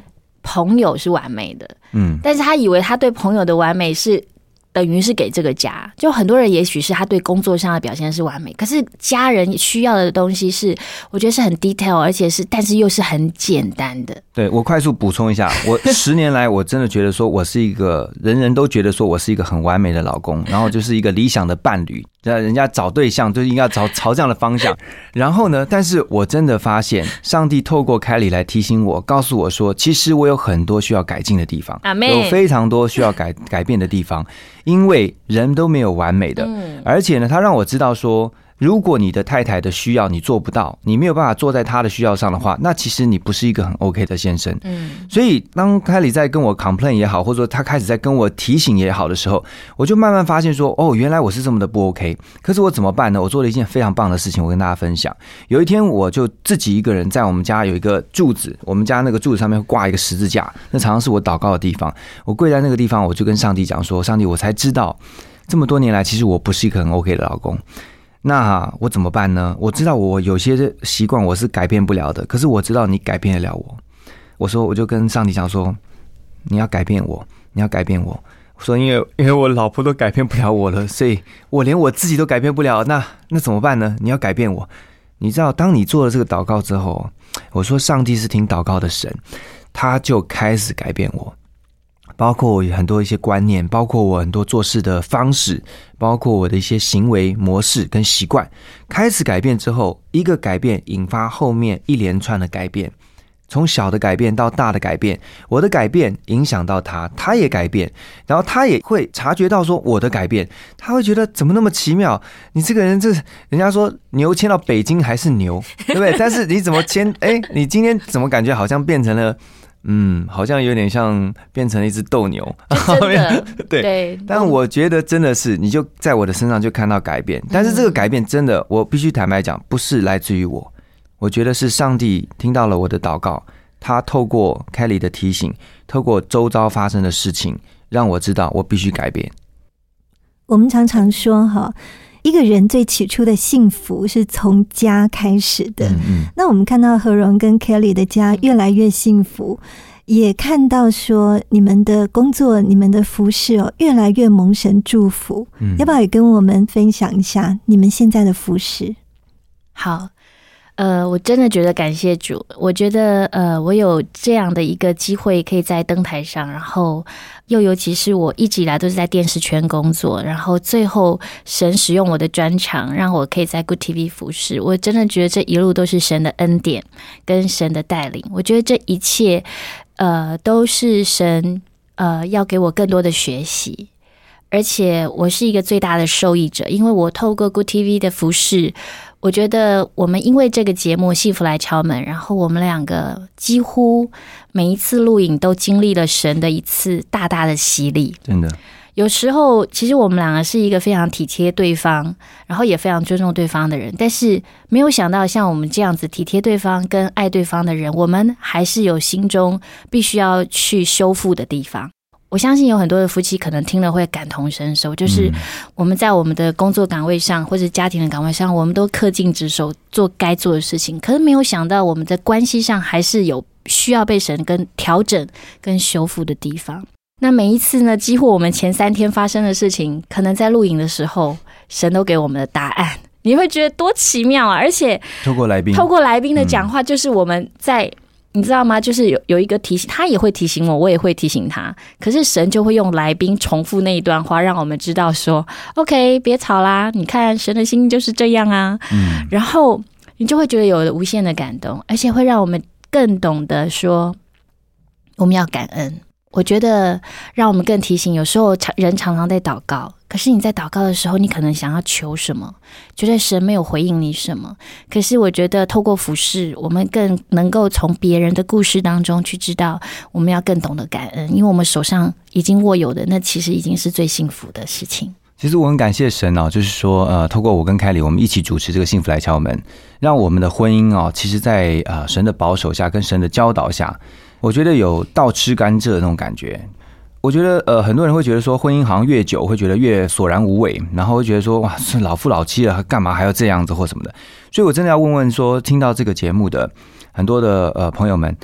朋友是完美的，但是他以为他对朋友的完美是等于是给这个家，就很多人也许是他对工作上的表现是完美，可是家人需要的东西是我觉得是很 detail， 而且但是又是很简单的。 对，我快速补充一下，我10年来我真的觉得说我是一个人人都觉得说我是一个很完美的老公，然后就是一个理想的伴侣，人家找对象就应该朝这样的方向。然后呢，但是我真的发现上帝透过凯里来提醒我，告诉我说其实我有很多需要改进的地方，有非常多需要改变的地方，因为人都没有完美的，而且呢他让我知道说如果你的太太的需要你做不到，你没有办法坐在她的需要上的话，那其实你不是一个很 OK 的先生。所以当凯里在跟我 complain 也好，或者说他开始在跟我提醒也好的时候，我就慢慢发现说原来我是这么的不 OK。可是我怎么办呢？我做了一件非常棒的事情，我跟大家分享。有一天我就自己一个人在我们家有一个柱子，我们家那个柱子上面会挂一个十字架，那常常是我祷告的地方。我跪在那个地方，我就跟上帝讲说，上帝，我才知道这么多年来其实我不是一个很 OK 的老公，那我怎么办呢？我知道我有些习惯我是改变不了的，可是我知道你改变得了我。我就跟上帝讲说，你要改变我，你要改变我。我说因为我老婆都改变不了我了，所以我连我自己都改变不了，那怎么办呢？你要改变我。你知道当你做了这个祷告之后，我说上帝是听祷告的神，他就开始改变我，包括我很多一些观念，包括我很多做事的方式，包括我的一些行为模式跟习惯开始改变之后，一个改变引发后面一连串的改变，从小的改变到大的改变，我的改变影响到他，他也改变，然后他也会察觉到说我的改变，他会觉得怎么那么奇妙，你这个人人家说牛迁到北京还是牛，对不对？但是你怎么迁你今天怎么感觉好像变成了好像有点像变成了一只斗牛， 真的对。但我觉得真的是，你就在我的身上就看到改变，但是这个改变真的，我必须坦白讲，不是来自于我觉得是上帝听到了我的祷告，他透过凯里的提醒，透过周遭发生的事情，让我知道我必须改变。 我们常常说一个人最起初的幸福是从家开始的。那我们看到何荣跟 Kelly 的家越来越幸福，也看到说你们的工作、你们的服事越来越蒙神祝福。要不要也跟我们分享一下你们现在的服事？ 好。我真的觉得感谢主，我觉得我有这样的一个机会可以在登台上，然后又尤其是我一直以来都是在电视圈工作，然后最后神使用我的专长让我可以在 Good TV 服事，我真的觉得这一路都是神的恩典跟神的带领，我觉得这一切都是神要给我更多的学习，而且我是一个最大的受益者，因为我透过 Good TV 的服事，我觉得我们因为这个节目幸福来敲门，然后我们两个几乎每一次录影都经历了神的一次大大的洗礼， 真的。 有时候其实我们两个是一个非常体贴对方，然后也非常尊重对方的人，但是没有想到像我们这样子体贴对方跟爱对方的人，我们还是有心中必须要去修复的地方。我相信有很多的夫妻可能听了会感同身受，就是我们在我们的工作岗位上或者家庭的岗位上，我们都恪尽职守做该做的事情，可是没有想到我们的关系上还是有需要被神跟调整跟修复的地方。那每一次呢，几乎我们前3天发生的事情，可能在录影的时候神都给我们的答案，你会觉得多奇妙啊！而且透过来宾的讲话，就是我们在你知道吗？就是有一个提醒，他也会提醒我，我也会提醒他。可是神就会用来宾重复那一段话，让我们知道说 ：“OK， 别吵啦！你看神的心就是这样啊。”然后你就会觉得有了无限的感动，而且会让我们更懂得说我们要感恩。我觉得让我们更提醒，有时候人常常在祷告，可是你在祷告的时候，你可能想要求什么，觉得神没有回应你什么。可是我觉得透过服事，我们更能够从别人的故事当中去知道，我们要更懂得感恩，因为我们手上已经握有的，那其实已经是最幸福的事情。 其实我很感谢神就是说透过我跟凯里，我们一起主持这个幸福来敲门，让我们的婚姻其实在神的保守下跟神的教导下，我觉得有倒吃甘蔗的那种感觉。我觉得很多人会觉得说婚姻好像越久会觉得越索然无味，然后会觉得说哇，是老夫老妻了干嘛还要这样子或什么的。所以我真的要问问说，听到这个节目的很多的朋友们，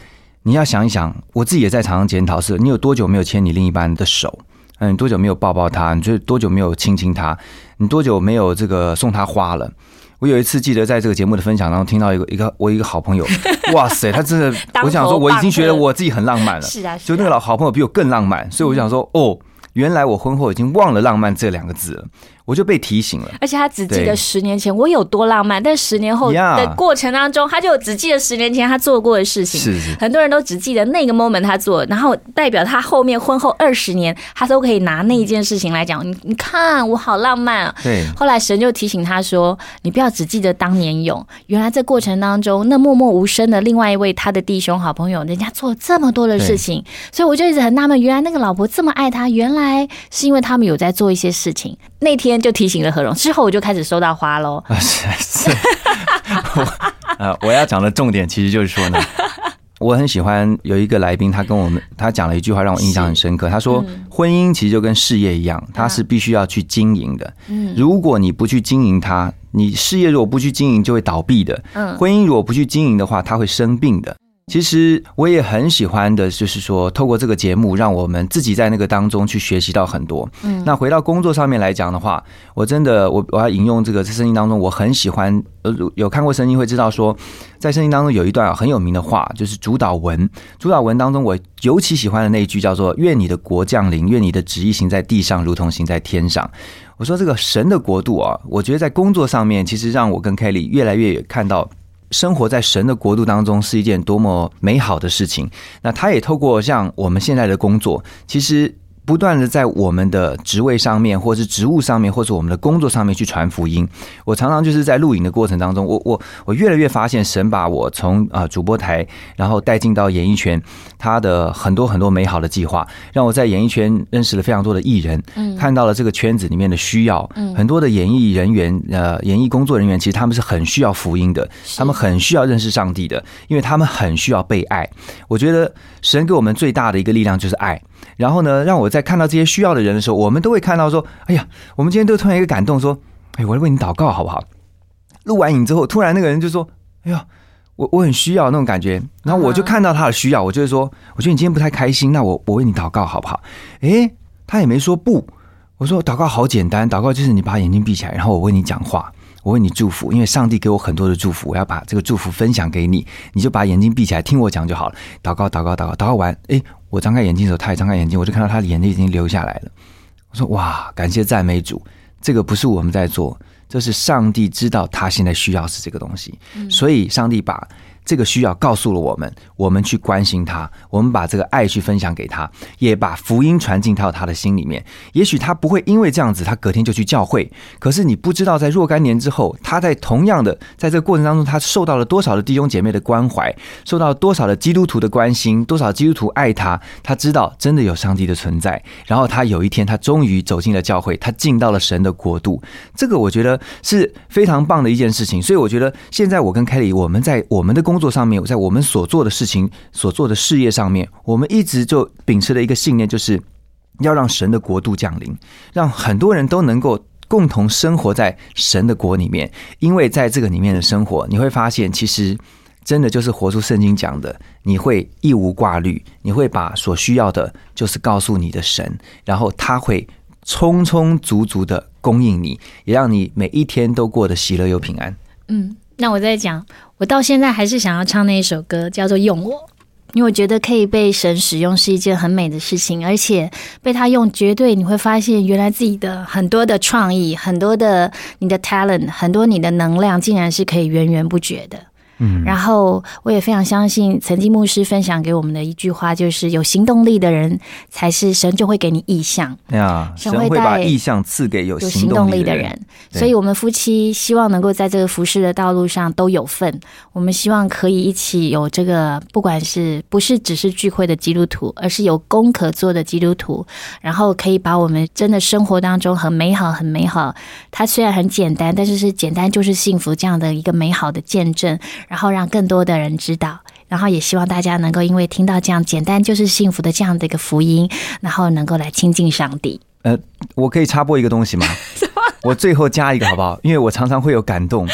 你要想一想，我自己也在常常检讨，是你有多久没有牵你另一半的手？你多久没有抱抱他？你多久没有亲亲他？你多久没有这个送他花了？我有一次记得在这个节目的分享当中听到我一个好朋友，哇塞，他真的，我想说我已经觉得我自己很浪漫了， 是啊， 就那个好朋友比我更浪漫，所以我想说，原来我婚后已经忘了浪漫这2个字了。我就被提醒了， 而且他只记得10年前我有多浪漫，但10年后的过程当中，他就只记得10年前他做过的事情。 是很多人都只记得那个 moment 他做，然后代表他后面婚后20年，他都可以拿那一件事情来讲。你看我好浪漫啊！ 对。 后来神就提醒他说：“你不要只记得当年勇，原来这过程当中，那默默无声的另外一位他的弟兄好朋友，人家做了这么多的事情。所以我就一直很纳闷，原来那个老婆这么爱他，原来是因为他们有在做一些事情。那天就提醒了何荣。之后我就开始收到花喽。 是我要讲的重点其实就是说呢，我很喜欢有一个来宾，他讲了一句话让我印象很深刻。他说，婚姻其实就跟事业一样，它是必须要去经营的。如果你不去经营它，你事业如果不去经营就会倒闭的。婚姻如果不去经营的话，它会生病的。其实我也很喜欢的，就是说透过这个节目，让我们自己在那个当中去学习到很多。那回到工作上面来讲的话，我真的我要引用这个在圣经当中，我很喜欢，有看过圣经会知道说，在圣经当中有一段很有名的话，就是主祷文。主祷文当中，我尤其喜欢的那一句叫做“愿你的国降临，愿你的旨意行在地上，如同行在天上”。我说这个神的国度啊，我觉得在工作上面，其实让我跟 Kelly 越来越看到。生活在神的国度当中是一件多么美好的事情。那他也透过像我们现在的工作，其实不断的在我们的职位上面，或是职务上面，或是我们的工作上面去传福音。我常常就是在录影的过程当中，我越来越发现神把我从主播台，然后带进到演艺圈，他的很多很多美好的计划，让我在演艺圈认识了非常多的艺人，看到了这个圈子里面的需要。很多的演艺人员，演艺工作人员，其实他们是很需要福音的，他们很需要认识上帝的，因为他们很需要被爱。我觉得神给我们最大的一个力量就是爱。然后呢，让我在看到这些需要的人的时候，我们都会看到说，哎呀，我们今天都突然一个感动说，哎，我来为你祷告好不好？录完影之后，突然那个人就说，哎呀，我很需要那种感觉。然后我就看到他的需要，我就会说，我觉得你今天不太开心，那我为你祷告好不好？哎，他也没说不。我说祷告好简单，祷告就是你把眼睛闭起来，然后我为你讲话，我为你祝福，因为上帝给我很多的祝福，我要把这个祝福分享给你，你就把眼睛闭起来听我讲就好了。祷告完，哎，我张开眼睛的时候，他也张开眼睛，我就看到他的眼泪已经流下来了。我说哇，感谢赞美主，这个不是我们在做，这是上帝知道他现在需要是这个东西，所以上帝把这个需要告诉了我们，我们去关心他，我们把这个爱去分享给他，也把福音传进到他的心里面。也许他不会因为这样子，他隔天就去教会，可是你不知道在若干年之后，他在同样的在这个过程当中，他受到了多少的弟兄姐妹的关怀，受到了多少的基督徒的关心，多少基督徒爱他，他知道真的有上帝的存在，然后他有一天他终于走进了教会，他进到了神的国度。这个我觉得是非常棒的一件事情。所以我觉得现在我跟 Kelly 我们在我们的工作上面，在我们所做的事情所做的事业上面，我们一直就秉持了一个信念，就是要让神的国度降临，让很多人都能够共同生活在神的国里面。因为在这个里面的生活，你会发现其实真的就是活出圣经讲的，你会一无挂虑，你会把所需要的就是告诉你的神，然后他会充充足足的供应你，也让你每一天都过得喜乐又平安。 那我在讲，我到现在还是想要唱那一首歌，叫做《用我》，因为我觉得可以被神使用是一件很美的事情，而且被他用，绝对你会发现原来自己的很多的创意，很多的你的 talent， 很多你的能量，竟然是可以源源不绝的。然后我也非常相信曾经牧师分享给我们的一句话，就是有行动力的人才是神就会给你意象， 神会把意象赐给有行动力的人。 所以我们夫妻希望能够在这个服事的道路上都有份，我们希望可以一起有这个，不管是不是只是聚会的基督徒，而是有功可做的基督徒，然后可以把我们真的生活当中很美好很美好，它虽然很简单，但是简单就是幸福这样的一个美好的见证，然后让更多的人知道，然后也希望大家能够因为听到这样简单就是幸福的这样的一个福音，然后能够来亲近上帝。我可以插播一个东西吗？我最后加一个好不好？因为我常常会有感动，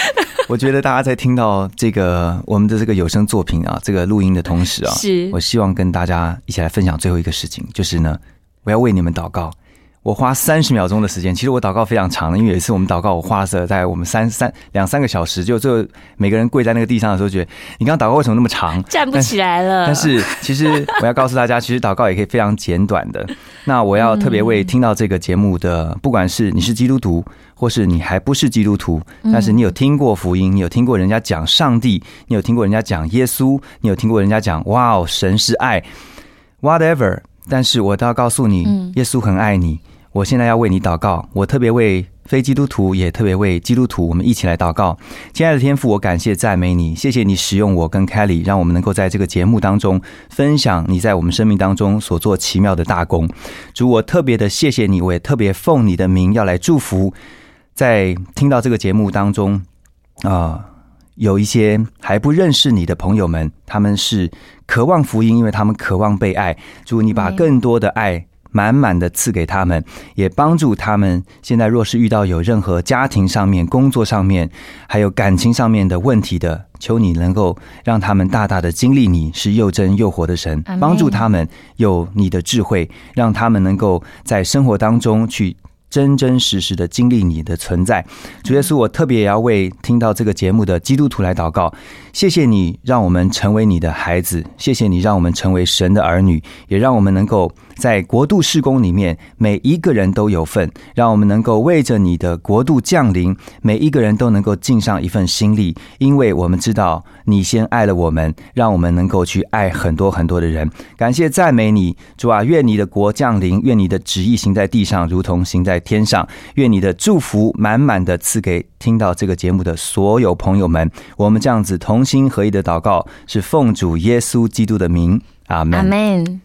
我觉得大家在听到这个我们的这个有声作品啊，这个录音的同时啊，我希望跟大家一起来分享最后一个事情，就是呢，我要为你们祷告。我花30秒钟的时间，其实我祷告非常长的，因为有一次我们祷告，我花了大概我们2、3个小时，就最后每个人跪在那个地上的时候，觉得你刚刚祷告为什么那么长， 站不起来了。 但是其实我要告诉大家，其实祷告也可以非常简短的。那我要特别为听到这个节目的，不管是你是基督徒，或是你还不是基督徒，但是你有听过福音，你有听过人家讲上帝，你有听过人家讲耶稣，你有听过人家讲哇哦，神是爱 ，whatever。但是我都要告诉你，耶稣很爱你。我现在要为你祷告，我特别为非基督徒，也特别为基督徒，我们一起来祷告。亲爱的天父，我感谢赞美你，谢谢你使用我跟 Kelly， 让我们能够在这个节目当中分享你在我们生命当中所做奇妙的大功。主，我特别的谢谢你，我也特别奉你的名要来祝福在听到这个节目当中有一些还不认识你的朋友们，他们是渴望福音，因为他们渴望被爱。主，你把更多的爱满满的赐给他们，也帮助他们现在若是遇到有任何家庭上面、工作上面还有感情上面的问题的，求你能够让他们大大的经历你是又真又活的神，帮助他们有你的智慧，让他们能够在生活当中去真真实实的经历你的存在。主耶稣，我特别也要为听到这个节目的基督徒来祷告，谢谢你让我们成为你的孩子，谢谢你让我们成为神的儿女，也让我们能够在国度事工里面每一个人都有份，让我们能够为着你的国度降临，每一个人都能够尽上一份心力，因为我们知道你先爱了我们，让我们能够去爱很多很多的人。感谢赞美你，主啊，愿你的国降临，愿你的旨意行在地上如同行在天上，愿你的祝福满满的赐给听到这个节目的所有朋友们。我们这样子同心合一的祷告，是奉主耶稣基督的名，阿们。 阿们。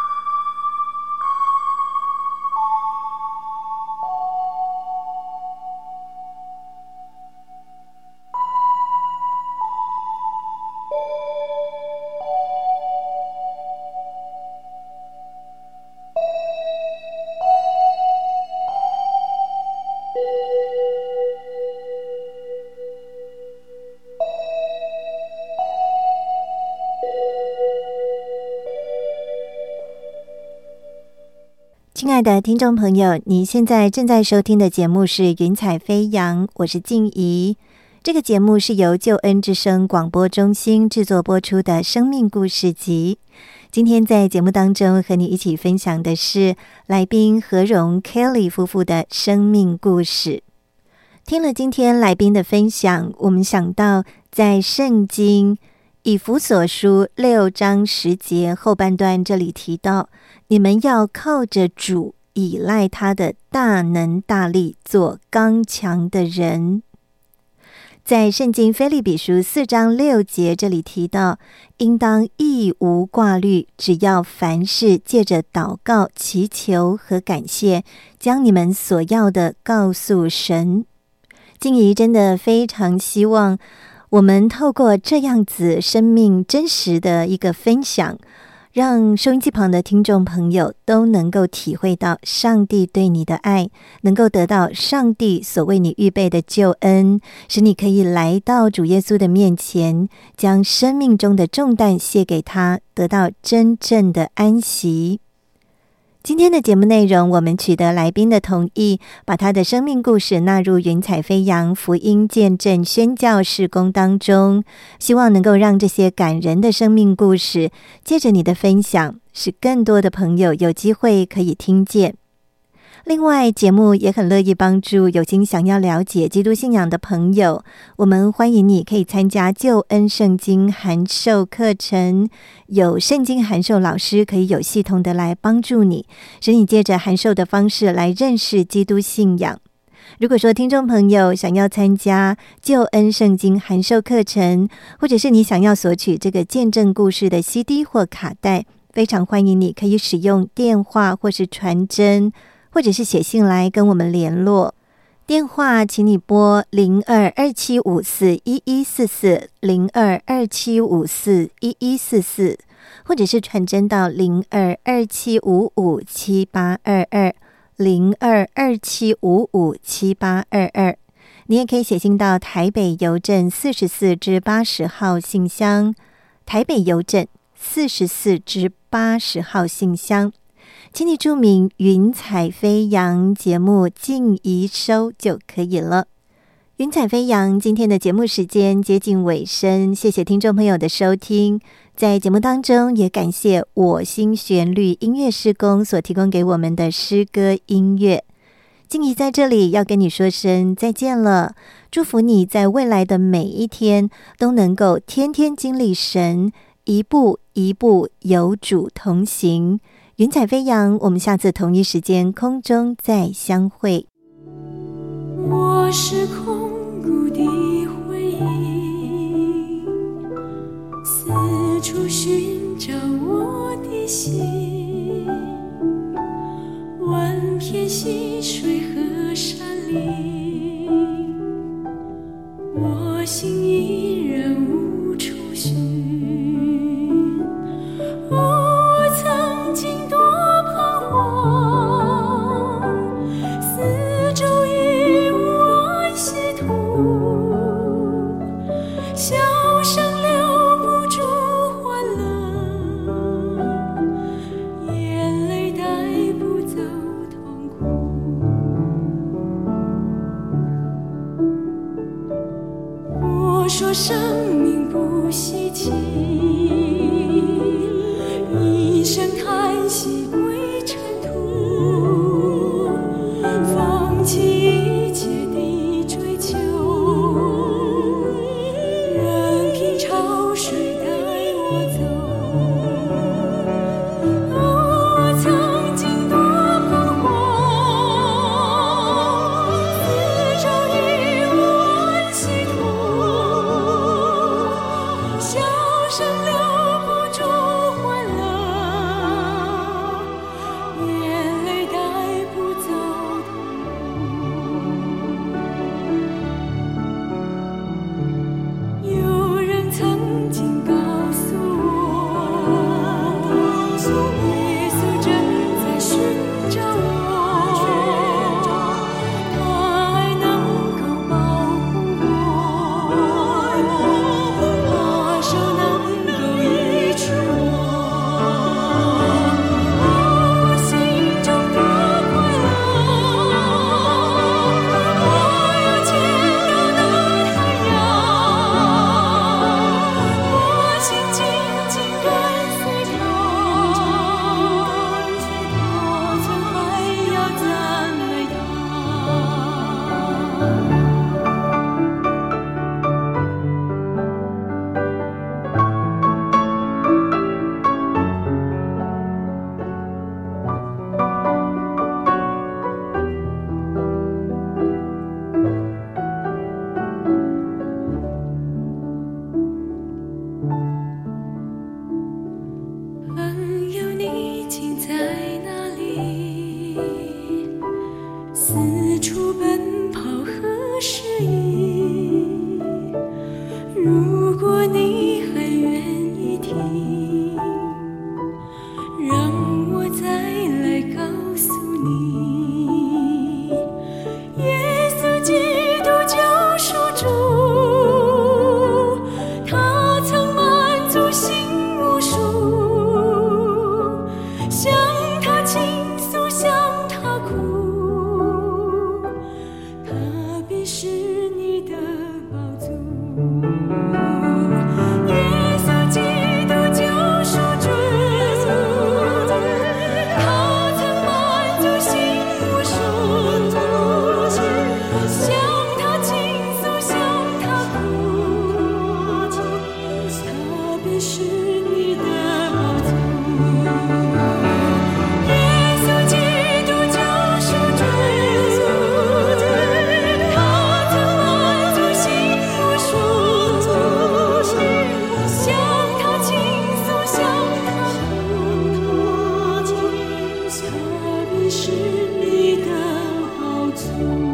亲爱的听众朋友，你现在正在收听的节目是云彩飞扬，我是静怡。这个节目是由救恩之声广播中心制作播出的生命故事集。今天在节目当中和你一起分享的是来宾何荣 Kelly 夫妇的生命故事。听了今天来宾的分享，我们想到在圣经以弗所书6章10节后半段这里提到，你们要靠着主，倚赖他的大能大力，做刚强的人。在圣经腓立比书4章6节这里提到，应当一无挂虑，只要凡事借着祷告、祈求和感谢，将你们所要的告诉神。静怡真的非常希望我们透过这样子生命真实的一个分享，让收音机旁的听众朋友都能够体会到上帝对你的爱，能够得到上帝所为你预备的救恩，使你可以来到主耶稣的面前，将生命中的重担卸给他，得到真正的安息。今天的节目内容，我们取得来宾的同意，把他的生命故事纳入云彩飞扬福音见证宣教事工当中，希望能够让这些感人的生命故事借着你的分享，使更多的朋友有机会可以听见。另外，节目也很乐意帮助有心想要了解基督信仰的朋友，我们欢迎你可以参加救恩圣经函授课程，有圣经函授老师可以有系统的来帮助你，使你借着函授的方式来认识基督信仰。如果说听众朋友想要参加救恩圣经函授课程，或者是你想要索取这个见证故事的 CD 或卡带，非常欢迎你可以使用电话或是传真，或者是写信来跟我们联络。电话请你拨0227541144 0227541144，或者是传真到0227557822 0227557822。 你也可以写信到台北邮政44至80号信箱，台北邮政44至80号信箱，请你注明云彩飞扬节目静怡收就可以了。云彩飞扬今天的节目时间接近尾声，谢谢听众朋友的收听。在节目当中也感谢我心旋律音乐事工所提供给我们的诗歌音乐。静怡在这里要跟你说声再见了，祝福你在未来的每一天都能够天天经历神，一步一步有主同行。云彩飞扬，我们下次同一时间空中再相会。 我是空谷的回忆，四处寻找我的心，万片溪水和山林，我心依然无处寻。我曾经多彷徨，四周已无安息土，笑声留不住欢乐，眼泪带不走痛苦。我说生命不稀奇，一声叹息归尘土，放弃一切的追求，任凭潮水带我走。我曾经多彷徨，四周已无安息土，笑声留不住欢乐，眼泪带不走痛苦。有人曾经告诉我，耶稣正在寻找我，他爱能够保护我，他手能够医治我。我心中多快乐，我有见到那太阳，我心紧紧跟随他，我曾还要赞美朋友，你竟在哪里？四处奔跑何时已？如果你还愿意听，让我再来告诉你，耶稣基督救赎主，他曾满足心无数，向他倾诉，向他哭，他必是你的宝足。耶稣基督救赎主，他曾满足心无数，向他倾诉，向他哭，他必是你的宝足。耶稣基督救赎主，他曾满足心无数，向他倾诉，向他哭，他必是你的宝足。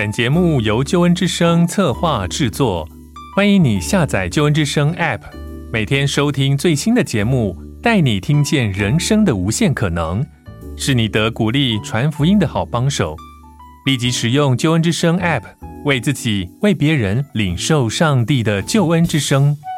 本节目由救恩之声策划制作，欢迎你下载救恩之声 App， 每天收听最新的节目，带你听见人生的无限可能，是你得鼓励传福音的好帮手。立即使用救恩之声 App， 为自己、为别人领受上帝的救恩之声。